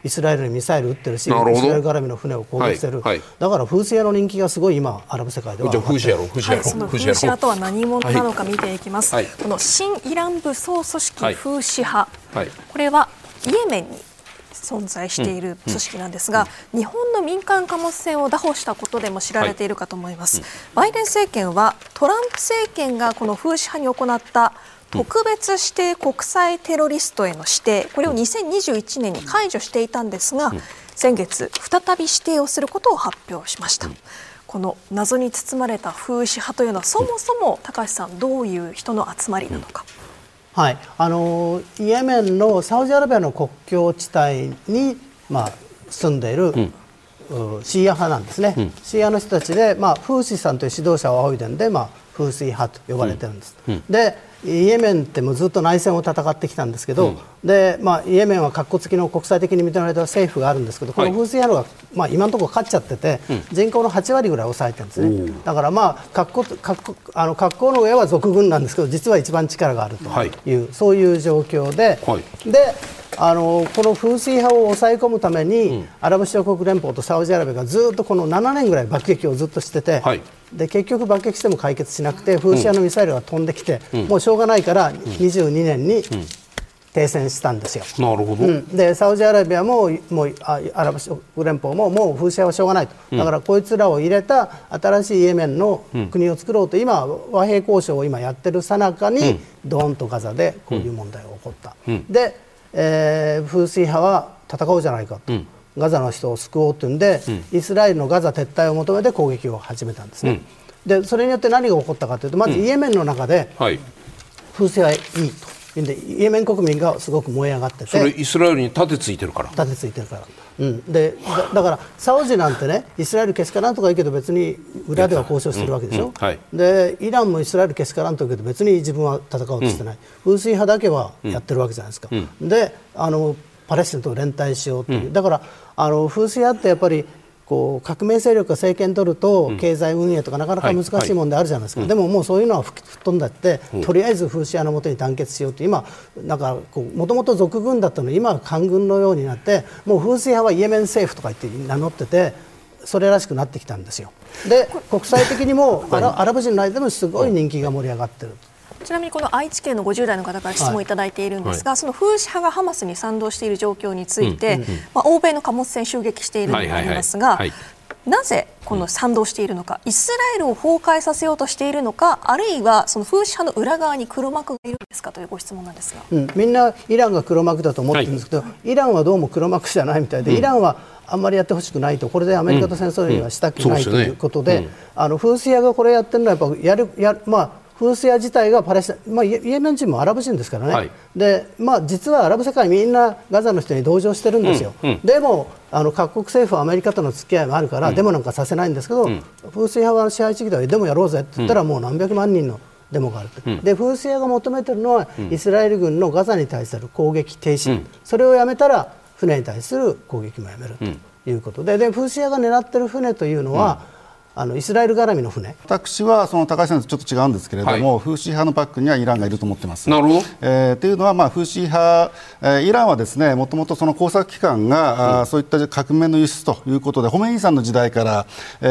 イスラエルにミサイル撃ってるし、イスラエル絡みの船を攻撃してる、だからフーシ派の人気がすごい今アラブ世界ではじゃあフーシ派そのフーシ派とは何者なのか見ていきます。この新イラン武装組織フーシ派、これはイエメンに存在している組織なんですが、日本の民間貨物船を拿捕したことでも知られているかと思います。バイデン政権はトランプ政権がこのフーシ派に行った特別指定国際テロリストへの指定、これを2021年に解除していたんですが、先月再び指定をすることを発表しました。この謎に包まれたフーシ派というのはそもそも高橋さん、どういう人の集まりなのか。 はい、イエメンのサウジアラビアの国境地帯に、住んでいる、シーア派なんですね、シーアの人たちで、フーシさんという指導者を仰いでるんで、フーシ派と呼ばれてるんです、でイエメンってもうずっと内戦を戦ってきたんですけど、でイエメンは括弧付きの国際的に認められた政府があるんですけど、このフーシ派のが、今のところ勝っちゃってて、人口の8割ぐらい抑えてるんですね。だから括弧の上は属軍なんですけど、実は一番力があるという、そういう状況で、このフーシ派を抑え込むために、アラブ首長国連邦とサウジアラビアがずっとこの7年ぐらい爆撃をずっとしてて、で結局爆撃しても解決しなくて、フーシ派のミサイルが飛んできて、もうしょうがないから22年に停戦したんですよ。 なるほど。 でサウジアラビアもアラブ首長国連邦ももうフーシ派はしょうがないと、だからこいつらを入れた新しいイエメンの国を作ろうと今和平交渉を今やってる最中に、ドーンとガザでこういう問題が起こった。でフーシ派は戦おうじゃないかと、ガザの人を救おうというんで、イスラエルのガザ撤退を求めて攻撃を始めたんですね。でそれによって何が起こったかというと、まずイエメンの中で、フーシ派はいいというんで、イエメン国民がすごく燃え上がってて、 それイスラエルに盾ついてるから、 盾ついてるから、でだからサウジなんてね、イスラエルけしからんとか言うけど別に裏では交渉してるわけでしょ、でイランもイスラエルけしからんと言うけど別に自分は戦おうとしてない、フーシ派だけはやってるわけじゃないですか、でパレスチナと連帯しようという、だからフーシ派ってやっぱりこう革命勢力が政権取ると経済運営とかなかなか難しい問題あるじゃないですか、でももうそういうのは吹っ飛んだって、とりあえずフーシ派のもとに団結しようと、今なんかもともと賊軍だったのに今は官軍のようになって、もうフーシ派はイエメン政府とか言って名乗ってて、それらしくなってきたんですよ。で国際的にもアラブ人の間でもすごい人気が盛り上がってる。 ちなみにこの愛知県の50代の方から質問いただいているんですが、そのフーシ派がハマスに賛同している状況について、欧米の貨物船襲撃しているのになりますが、なぜこの賛同しているのか、イスラエルを崩壊させようとしているのか、あるいはそのフーシ派の裏側に黒幕がいるんですかというご質問なんですが、 みんなイランが黒幕だと思ってるんですけど、イランはどうも黒幕じゃないみたいで、イランはあんまりやってほしくないと、これでアメリカと戦争にはしたくないということで、フーシ派がこれやってるのはやっぱフーシ派自体がパレスチナ、イエメン人もアラブ人ですからね、で実はアラブ世界みんなガザの人に同情してるんですよ、でも各国政府はアメリカとの付き合いもあるから、デモなんかさせないんですけど、フーシ派は支配地域ではデモやろうぜって言ったら、もう何百万人のデモがあると、でフーシ派が求めているのは、イスラエル軍のガザに対する攻撃停止、それをやめたら船に対する攻撃もやめるということで、フーシ派が狙っている船というのは、イスラエル絡みの船。 私はその高橋さんとちょっと違うんですけれども、フーシ派のバックにはイランがいると思ってます。 なるほど。 というのは、フーシ派、イランはですね、もともとその工作機関が、そういった革命の輸出ということで、ホメイニさんの時代から、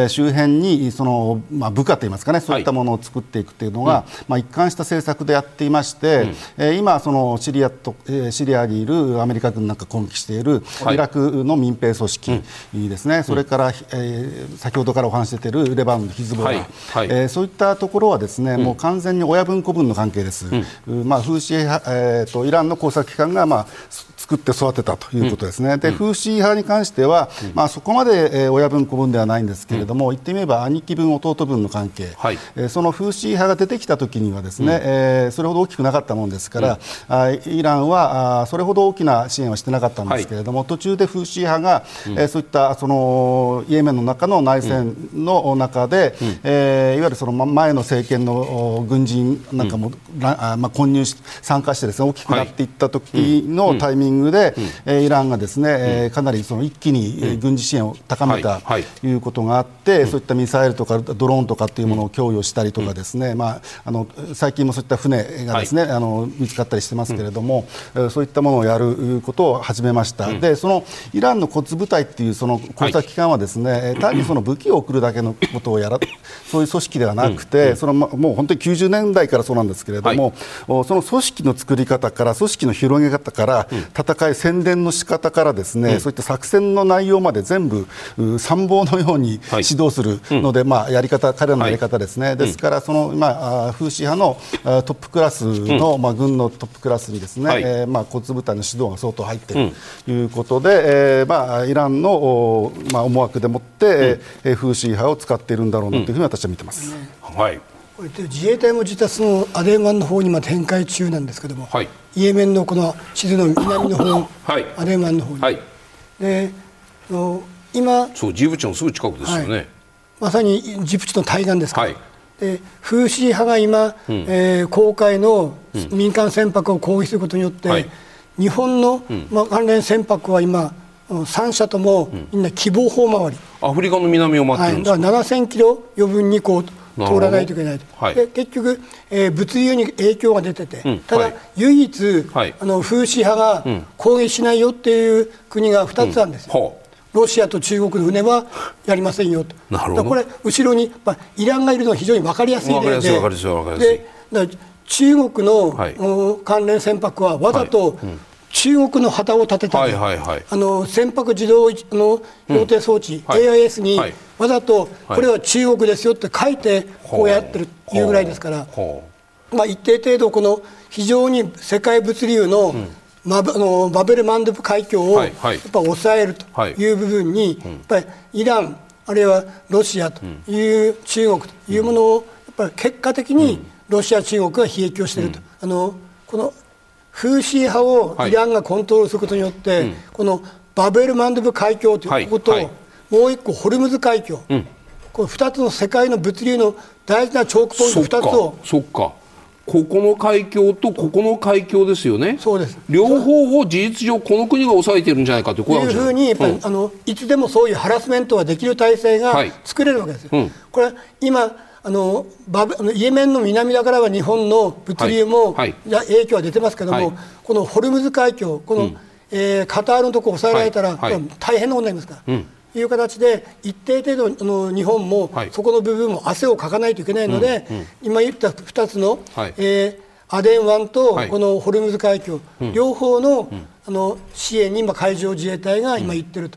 周辺にその、部下といいますかね、そういったものを作っていくというのが、一貫した政策でやっていまして、今そのシリアにいるアメリカ軍なんか攻撃しているイラクの民兵組織ですね、それから、先ほどからお話ししているレバノンのヒズボラ、そういったところはですね、もう完全に親分子分の関係です。フーシ派、イランの工作機関が作って育てたということですね。でフーシ派に関しては、そこまで、親分子分ではないんですけれども、言ってみれば兄貴分弟分の関係、そのフーシ派が出てきた時にはですね、それほど大きくなかったものですから、イランはそれほど大きな支援はしてなかったんですけれども、途中でフーシ派が、そういったそのイエメンの中の内戦の中で、いわゆるその前の政権の軍人なんかも、混入し参加してですね、大きくなっていった時のタイミンングで、イランがですね、かなり一気に軍事支援を高めたということがあって、そういったミサイルとかドローンとかっていうものを供与したりとかですね、最近もそういった船がですね、見つかったりしてますけれども、そういったものをやることを始めました。でそのイランの骨部隊っていうその工作機関はですね、単にその武器を送るだけのことをそういう組織ではなくて、もう本当に90年代からそうなんですけれども、その組織の作り方から組織の広げ方から戦い宣伝の仕方からですね、そういった作戦の内容まで全部参謀のように指導するので、やり方、彼らのやり方ですね。ですからそのフーシ派のトップクラスの、軍のトップクラスにですね、骨部隊の指導が相当入っているということで、イランの思惑でもって、フーシ派を使っているんだろうなというふうに私は見てます。 これ自衛隊も実はそのアデン湾の方に展開中なんですけども、イエメンのこの地図の南の方、アデン湾の方に、で今ジブチのすぐ近くですよね。 まさにジブチの対岸ですから、でフーシ派が今、公海の民間船舶を攻撃することによって、日本の、関連船舶は今3社ともみんな希望法回り、 アフリカの南を回ってるんですか。 だから7000キロ余分にこう通らないといけないと。で結局、物流に影響が出てて、ただ、唯一、フーシ派が攻撃しないよっていう国が2つあるんですよ。ロシアと中国の船はやりませんよと。これ後ろにイランがいるのは非常に分かりやすい例で、中国の関連船舶はわざと中国の旗を立てたり、船舶自動の標定装置、AIS にわざとこれは中国ですよって書いてこうやってるというぐらいですから、一定程度この非常に世界物流のバベルマンドブ海峡をやっぱ抑えるという部分に、やっぱりイランあるいはロシアという中国というものをやっぱり結果的にロシア中国が悲劇をしていると。このフーシ派をイランがコントロールすることによって、このバベルマンドブ海峡ということと、もう一個ホルムズ海峡、この2つの世界の物流の大事なチョークポイント2つを。 そっか、ここの海峡とここの海峡ですよね。 そうです。 両方を事実上この国が抑えているんじゃないかというふうにやっぱり、いつでもそういうハラスメントができる体制が作れるわけですよ。これ今イエメンの南だからは日本の物流も影響が出てますけども、このホルムズ海峡、この、カタールのところを抑えられたら、大変なことになりますから。という形で一定程度日本もそこの部分も汗をかかないといけないので、今言った2つの、アデン湾とこのホルムズ海峡、両方の、支援に今海上自衛隊が今行ってると。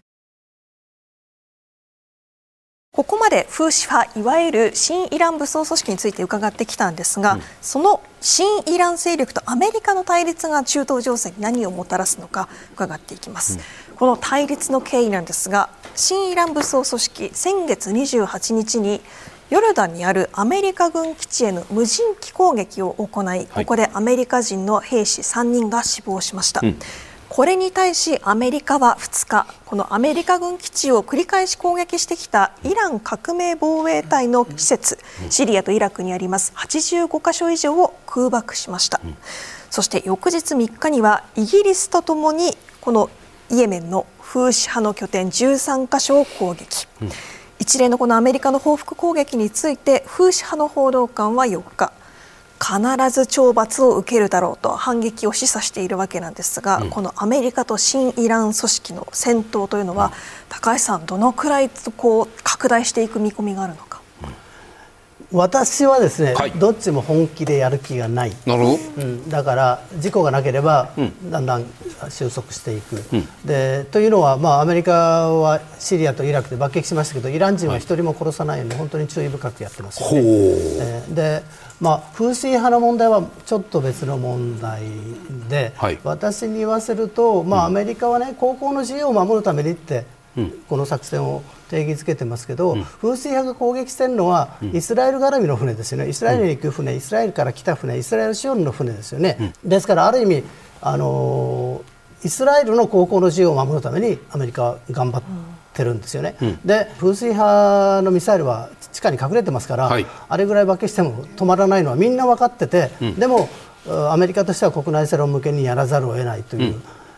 ここまでフーシ派、いわゆる新イラン武装組織について伺ってきたんですが、その新イラン勢力とアメリカの対立が中東情勢に何をもたらすのか伺っていきます。この対立の経緯なんですが、新イラン武装組織、先月28日にヨルダンにあるアメリカ軍基地への無人機攻撃を行い、ここでアメリカ人の兵士3人が死亡しました。これに対しアメリカは2日、このアメリカ軍基地を繰り返し攻撃してきたイラン革命防衛隊の施設、シリアとイラクにあります85カ所以上を空爆しました。そして翌日3日にはイギリスとともにこのイエメンのフーシ派の拠点13カ所を攻撃。一連のこのアメリカの報復攻撃についてフーシ派の報道官は4日、必ず懲罰を受けるだろうと反撃を示唆しているわけなんですが、このアメリカと新イラン組織の戦闘というのは、高橋さん、どのくらい拡大していく見込みがあるのか。 私はですね、どっちも本気でやる気がない。 なるほど。だから事故がなければだんだん収束していく。でというのは、アメリカはシリアとイラクで爆撃しましたけど、イラン人は一人も殺さないように本当に注意深くやってますよね。でフーシ派の問題はちょっと別の問題で、私に言わせると、アメリカはね、航行の自由を守るためにってこの作戦を定義づけてますけど、フーシ派が攻撃しているのはイスラエル絡みの船ですよね。イスラエルに行く船、イスラエルから来た船、イスラエル資本の船ですよね。ですからある意味イスラエルの航行の自由を守るためにアメリカは頑張ってるんですよね。でフーシ派のミサイルは地下に隠れてますから、あれぐらい爆撃しても止まらないのはみんな分かってて、でもアメリカとしては国内世論向けにやらざるを得ないという、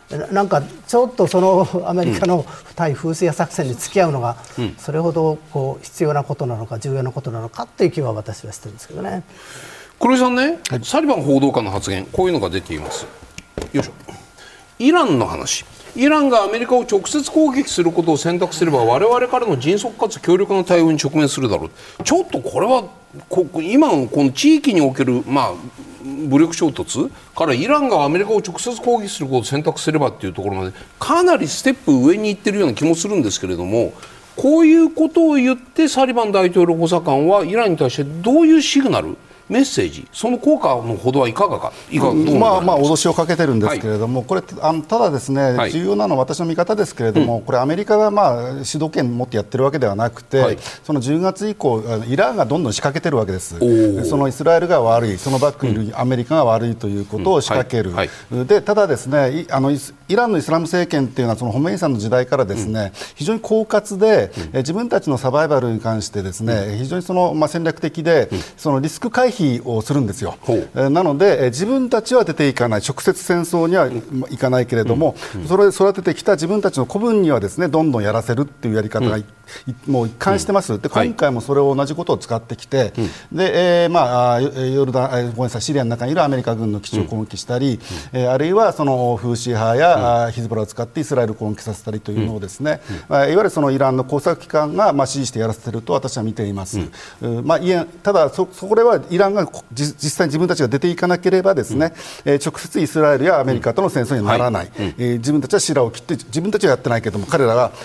なんかちょっとそのアメリカの対風水作戦に付き合うのがそれほどこう必要なことなのか重要なことなのかっていう気は私はしてるんですけどね。 黒井さんね、サリバン報道官の発言、こういうのが出ています。よいしょ。イランの話。イランがアメリカを直接攻撃することを選択すれば我々からの迅速かつ強力な対応に直面するだろう。ちょっとこれは今のこの地域における、武力衝突からイランがアメリカを直接攻撃することを選択すればというところまでかなりステップ上に行っているような気もするんですけれども、こういうことを言ってサリバン大統領補佐官はイランに対してどういうシグナルメッセージ、その効果のほどはいかがか、 脅しをかけてるんですけれども、これただですね、重要なのは私の見方ですけれども、これアメリカが主導権を持ってやってるわけではなくて、その10月以降イランがどんどん仕掛けてるわけです。そのイスラエルが悪い、そのバックにいるアメリカが悪いということを仕掛ける。でただですね、イランのイスラム政権っていうのはそのホメイニさんの時代からですね、非常に狡猾で、自分たちのサバイバルに関してですね、非常に戦略的で、そのリスク回避をするんですよ。なので自分たちは出ていかない、直接戦争にはいかないけれども、それを育ててきた自分たちの子分にはですね、どんどんやらせるっていうやり方がもう一貫してます。で今回もそれを同じことを使ってきて、でシリアの中にいるアメリカ軍の基地を攻撃したり、あるいはそのフーシ派やヒズボラを使ってイスラエルを攻撃させたりというのをですね、いわゆるそのイランの工作機関が指示してやらせていると私は見ています。ただそれはイランが実際に自分たちが出ていかなければですね、直接イスラエルやアメリカとの戦争にはならない。自分たちは白を切って、自分たちはやってないけれども彼らが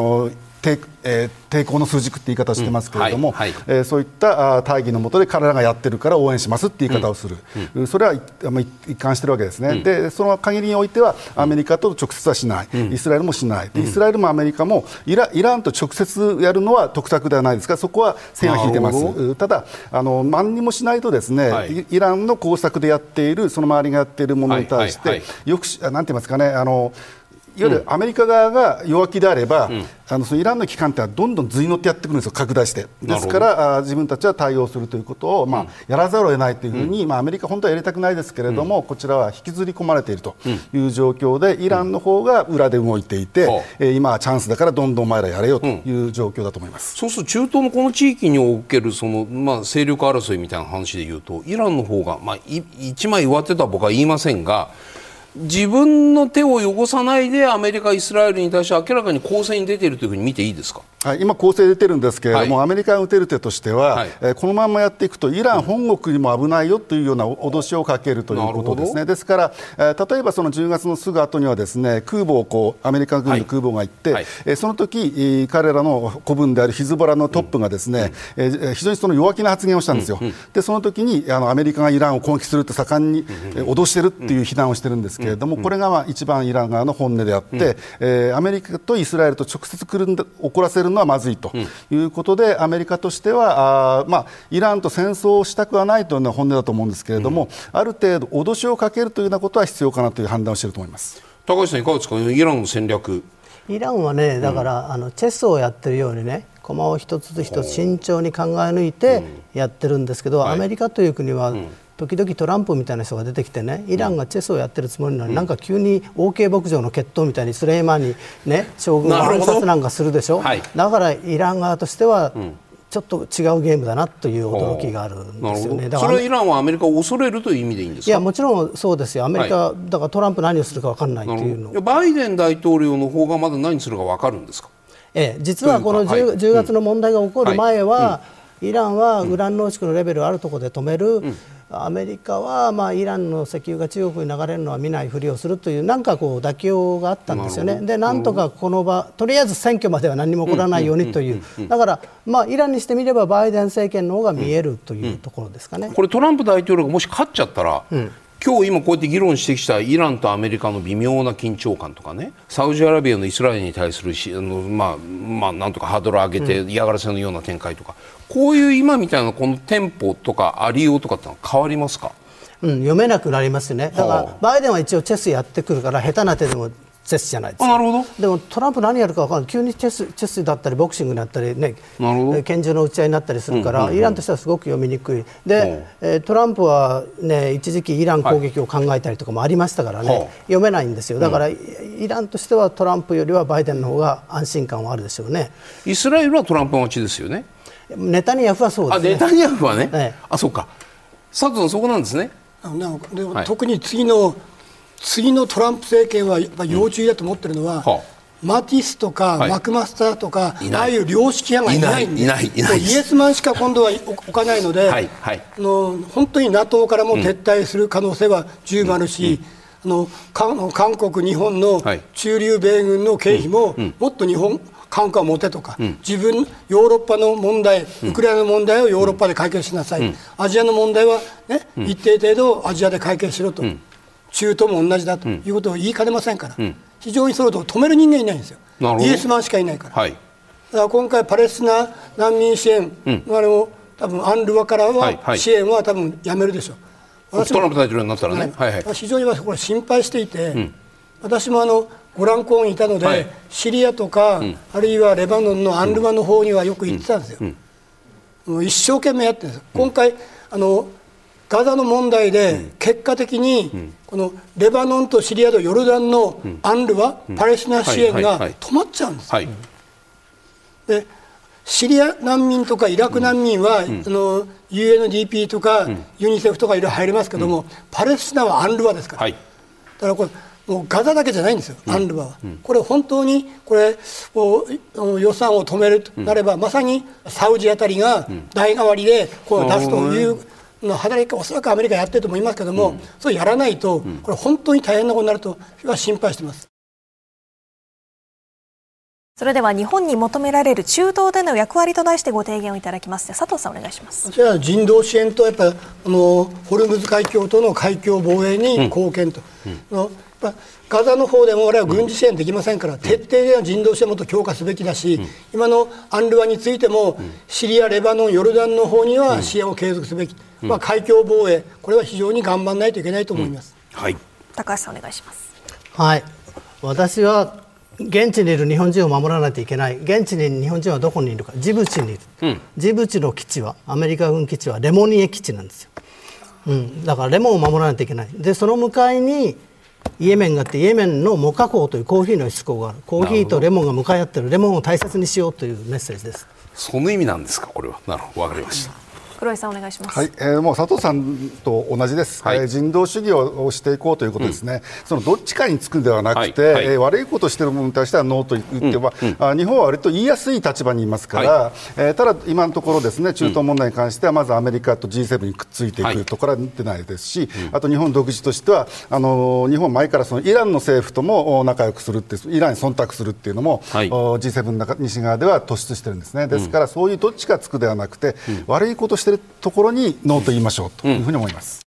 抵抗の枢軸って言い方をしてますけれども、そういった大義の下で彼らがやってるから応援しますって言い方をする、それは一貫してるわけですね。でその限りにおいてはアメリカと直接はしない、イスラエルもしない、イスラエルもアメリカもイランと直接やるのは得策ではないですから、そこは線は引いてます。ただ何にもしないとですね、イランの工作でやっている、その周りがやっているものに対して、なんて言いますかね、いわゆるアメリカ側が弱気であれば、そのイランの機関ってどんどん図に乗ってやってくるんですよ、拡大して。ですから自分たちは対応するということを、やらざるを得ないというふうに、アメリカ本当はやりたくないですけれども、こちらは引きずり込まれているという状況で、イランの方が裏で動いていて、今はチャンスだからどんどんお前らやれよという状況だと思います。 そうすると中東のこの地域におけるその、勢力争いみたいな話でいうと、イランの方が、一枚上手とは僕は言いませんが、自分の手を汚さないでアメリカ、イスラエルに対して明らかに攻勢に出ているというふうに見ていいですか。 今、攻勢出てるんですけれども、アメリカが打てる手としては、このままやっていくとイラン本国にも危ないよというような脅しをかけるということですね。ですから、例えばその10月のすぐ後にはですね、空母をアメリカ軍の空母が行って、その時彼らの子分であるヒズボラのトップがですね、非常にその弱気な発言をしたんですよ。でその時にアメリカがイランを攻撃すると盛んに脅してるっていう非難をしてるんですけれども、これが一番イラン側の本音であって、アメリカとイスラエルと直接起こらせるのはまずいということで、アメリカとしてはイランと戦争をしたくはないというのは本音だと思うんですけれども、ある程度脅しをかけるというようなことは必要かなという判断をしていると思います。 高橋さんいかがですか、イランの戦略。 イランはね、だからチェスをやってるようにね、駒を一つ一つ慎重に考え抜いてやってるんですけど、アメリカという国は時々トランプみたいな人が出てきてね、イランがチェスをやってるつもりなのに、なんか急に OK 牧場の決闘みたいにスレイマンにね、将軍が暗殺なんかするでしょ。だからイラン側としてはちょっと違うゲームだなという驚きがあるんですよね。 それはイランはアメリカを恐れるという意味でいいんですか。 いや、もちろんそうですよ。アメリカ、だからトランプ何をするか分からないというの。 バイデン大統領の方がまだ何するか分かるんですか。 実はこの 10月の問題が起こる前は、イランはウラン濃縮のレベルあるところで止める、アメリカはイランの石油が中国に流れるのは見ないふりをするというなんか妥協があったんですよね。でなんとかこの場、とりあえず選挙までは何も起こらないようにという、だからイランにしてみればバイデン政権の方が見えるというところですかね。 これトランプ大統領がもし勝っちゃったら、今日今こうやって議論してきたイランとアメリカの微妙な緊張感とかね、サウジアラビアのイスラエルに対するなんとかハードルを上げて嫌がらせのような展開とか、こういう今みたいなこのテンポとかありようとかってのは変わりますか。 読めなくなりますよね。だからバイデンは一応チェスやってくるから、下手な手でもチェスじゃないですか。 なるほど。 でもトランプ何やるか分からない、急にチェスだったりボクシングだったりね、拳銃の撃ち合いになったりするから、イランとしてはすごく読みにくい。で、トランプはね、一時期イラン攻撃を考えたりとかもありましたからね、読めないんですよ。だから、イランとしてはトランプよりはバイデンの方が安心感はあるでしょうね。 イスラエルはトランプ待ちですよね。 ネタニヤフはそうですね。 ネタニヤフはね、そうか、佐藤さんそこなんですね。 で特に次のトランプ政権はやっぱ要注意だと思ってるのは、マティスとかマクマスターとか、ああいう良識派がいないんで、イエスマンしか今度は置かないので、本当に NATO からも撤退する可能性は十分あるし、韓国、日本の駐留米軍の経費ももっと韓国は持てとか、ヨーロッパの問題、ウクライナの問題をヨーロッパで解決しなさい、アジアの問題は、一定程度アジアで解決しろと、中東も同じだということを言いかねませんから、非常にそれと止める人間いないんですよ。イエスマンしかいないから。だから今回パレスチナ難民支援のあれも多分アンルワからは支援は多分やめるでしょう。 トランプ大統領になったらね。 非常にこれ心配していて、私もゴラン高にいたので、シリアとか、あるいはレバノンのアンルワの方にはよく行ってたんですよ。もう一生懸命やってるんですよ。今回ガザの問題で結果的にこのレバノンとシリアとヨルダンのアンルワ、パレスチナ支援が止まっちゃうんです。でシリア難民とかイラク難民は、UNDP とか、ユニセフとかいろいろ入りますけども、パレスチナはアンルワですから、だからこれもうガザだけじゃないんですよ、アンルワは。これ本当にこれ予算を止めるとなれば、まさにサウジあたりが代替わりでこう出すという働きか、おそらくアメリカやってると思いますけども、それやらないと、これ本当に大変なことになるとは心配しています。 それでは日本に求められる中東での役割と題してご提言をいただきます。佐藤さんお願いします。 じゃあ人道支援とやっぱホルムズ海峡との海峡防衛に貢献と、ガザの方でも我々は軍事支援できませんから、徹底的な人道支援をもっと強化すべきだし、今のアンルワについてもシリア、レバノン、ヨルダンの方には支援を継続すべき、海峡防衛、これは非常に頑張らないといけないと思います。 高橋さんお願いします。 私は現地にいる日本人を守らないといけない。現地に日本人はどこにいるか、ジブチにいる、ジブチの基地は、アメリカ軍基地はレモニエ基地なんですよ。だからレモンを守らないといけない。でその向かいにイエメンがあって、イエメンのモカ港というコーヒーの輸出港がある。コーヒーとレモンが向かい合ってる。レモンを大切にしようというメッセージです。 その意味なんですか、これは。なるほど、わかりました。 黒井さんお願いします。 もう佐藤さんと同じです、人道主義をしていこうということですね。そのどっちかにつくんではなくて、悪いことをしているものに対してはノーと言っては、日本は割と言いやすい立場にいますから、ただ今のところですね、中東問題に関してはまずアメリカと G7 にくっついていくところは出ないですし、あと日本独自としては日本前からそのイランの政府とも仲良くするって、イランに忖度するっていうのも、G7 の西側では突出してるんですね。ですからそういうどっちかつくではなくて、悪いことしているところにノーと言いましょうというふうに思います。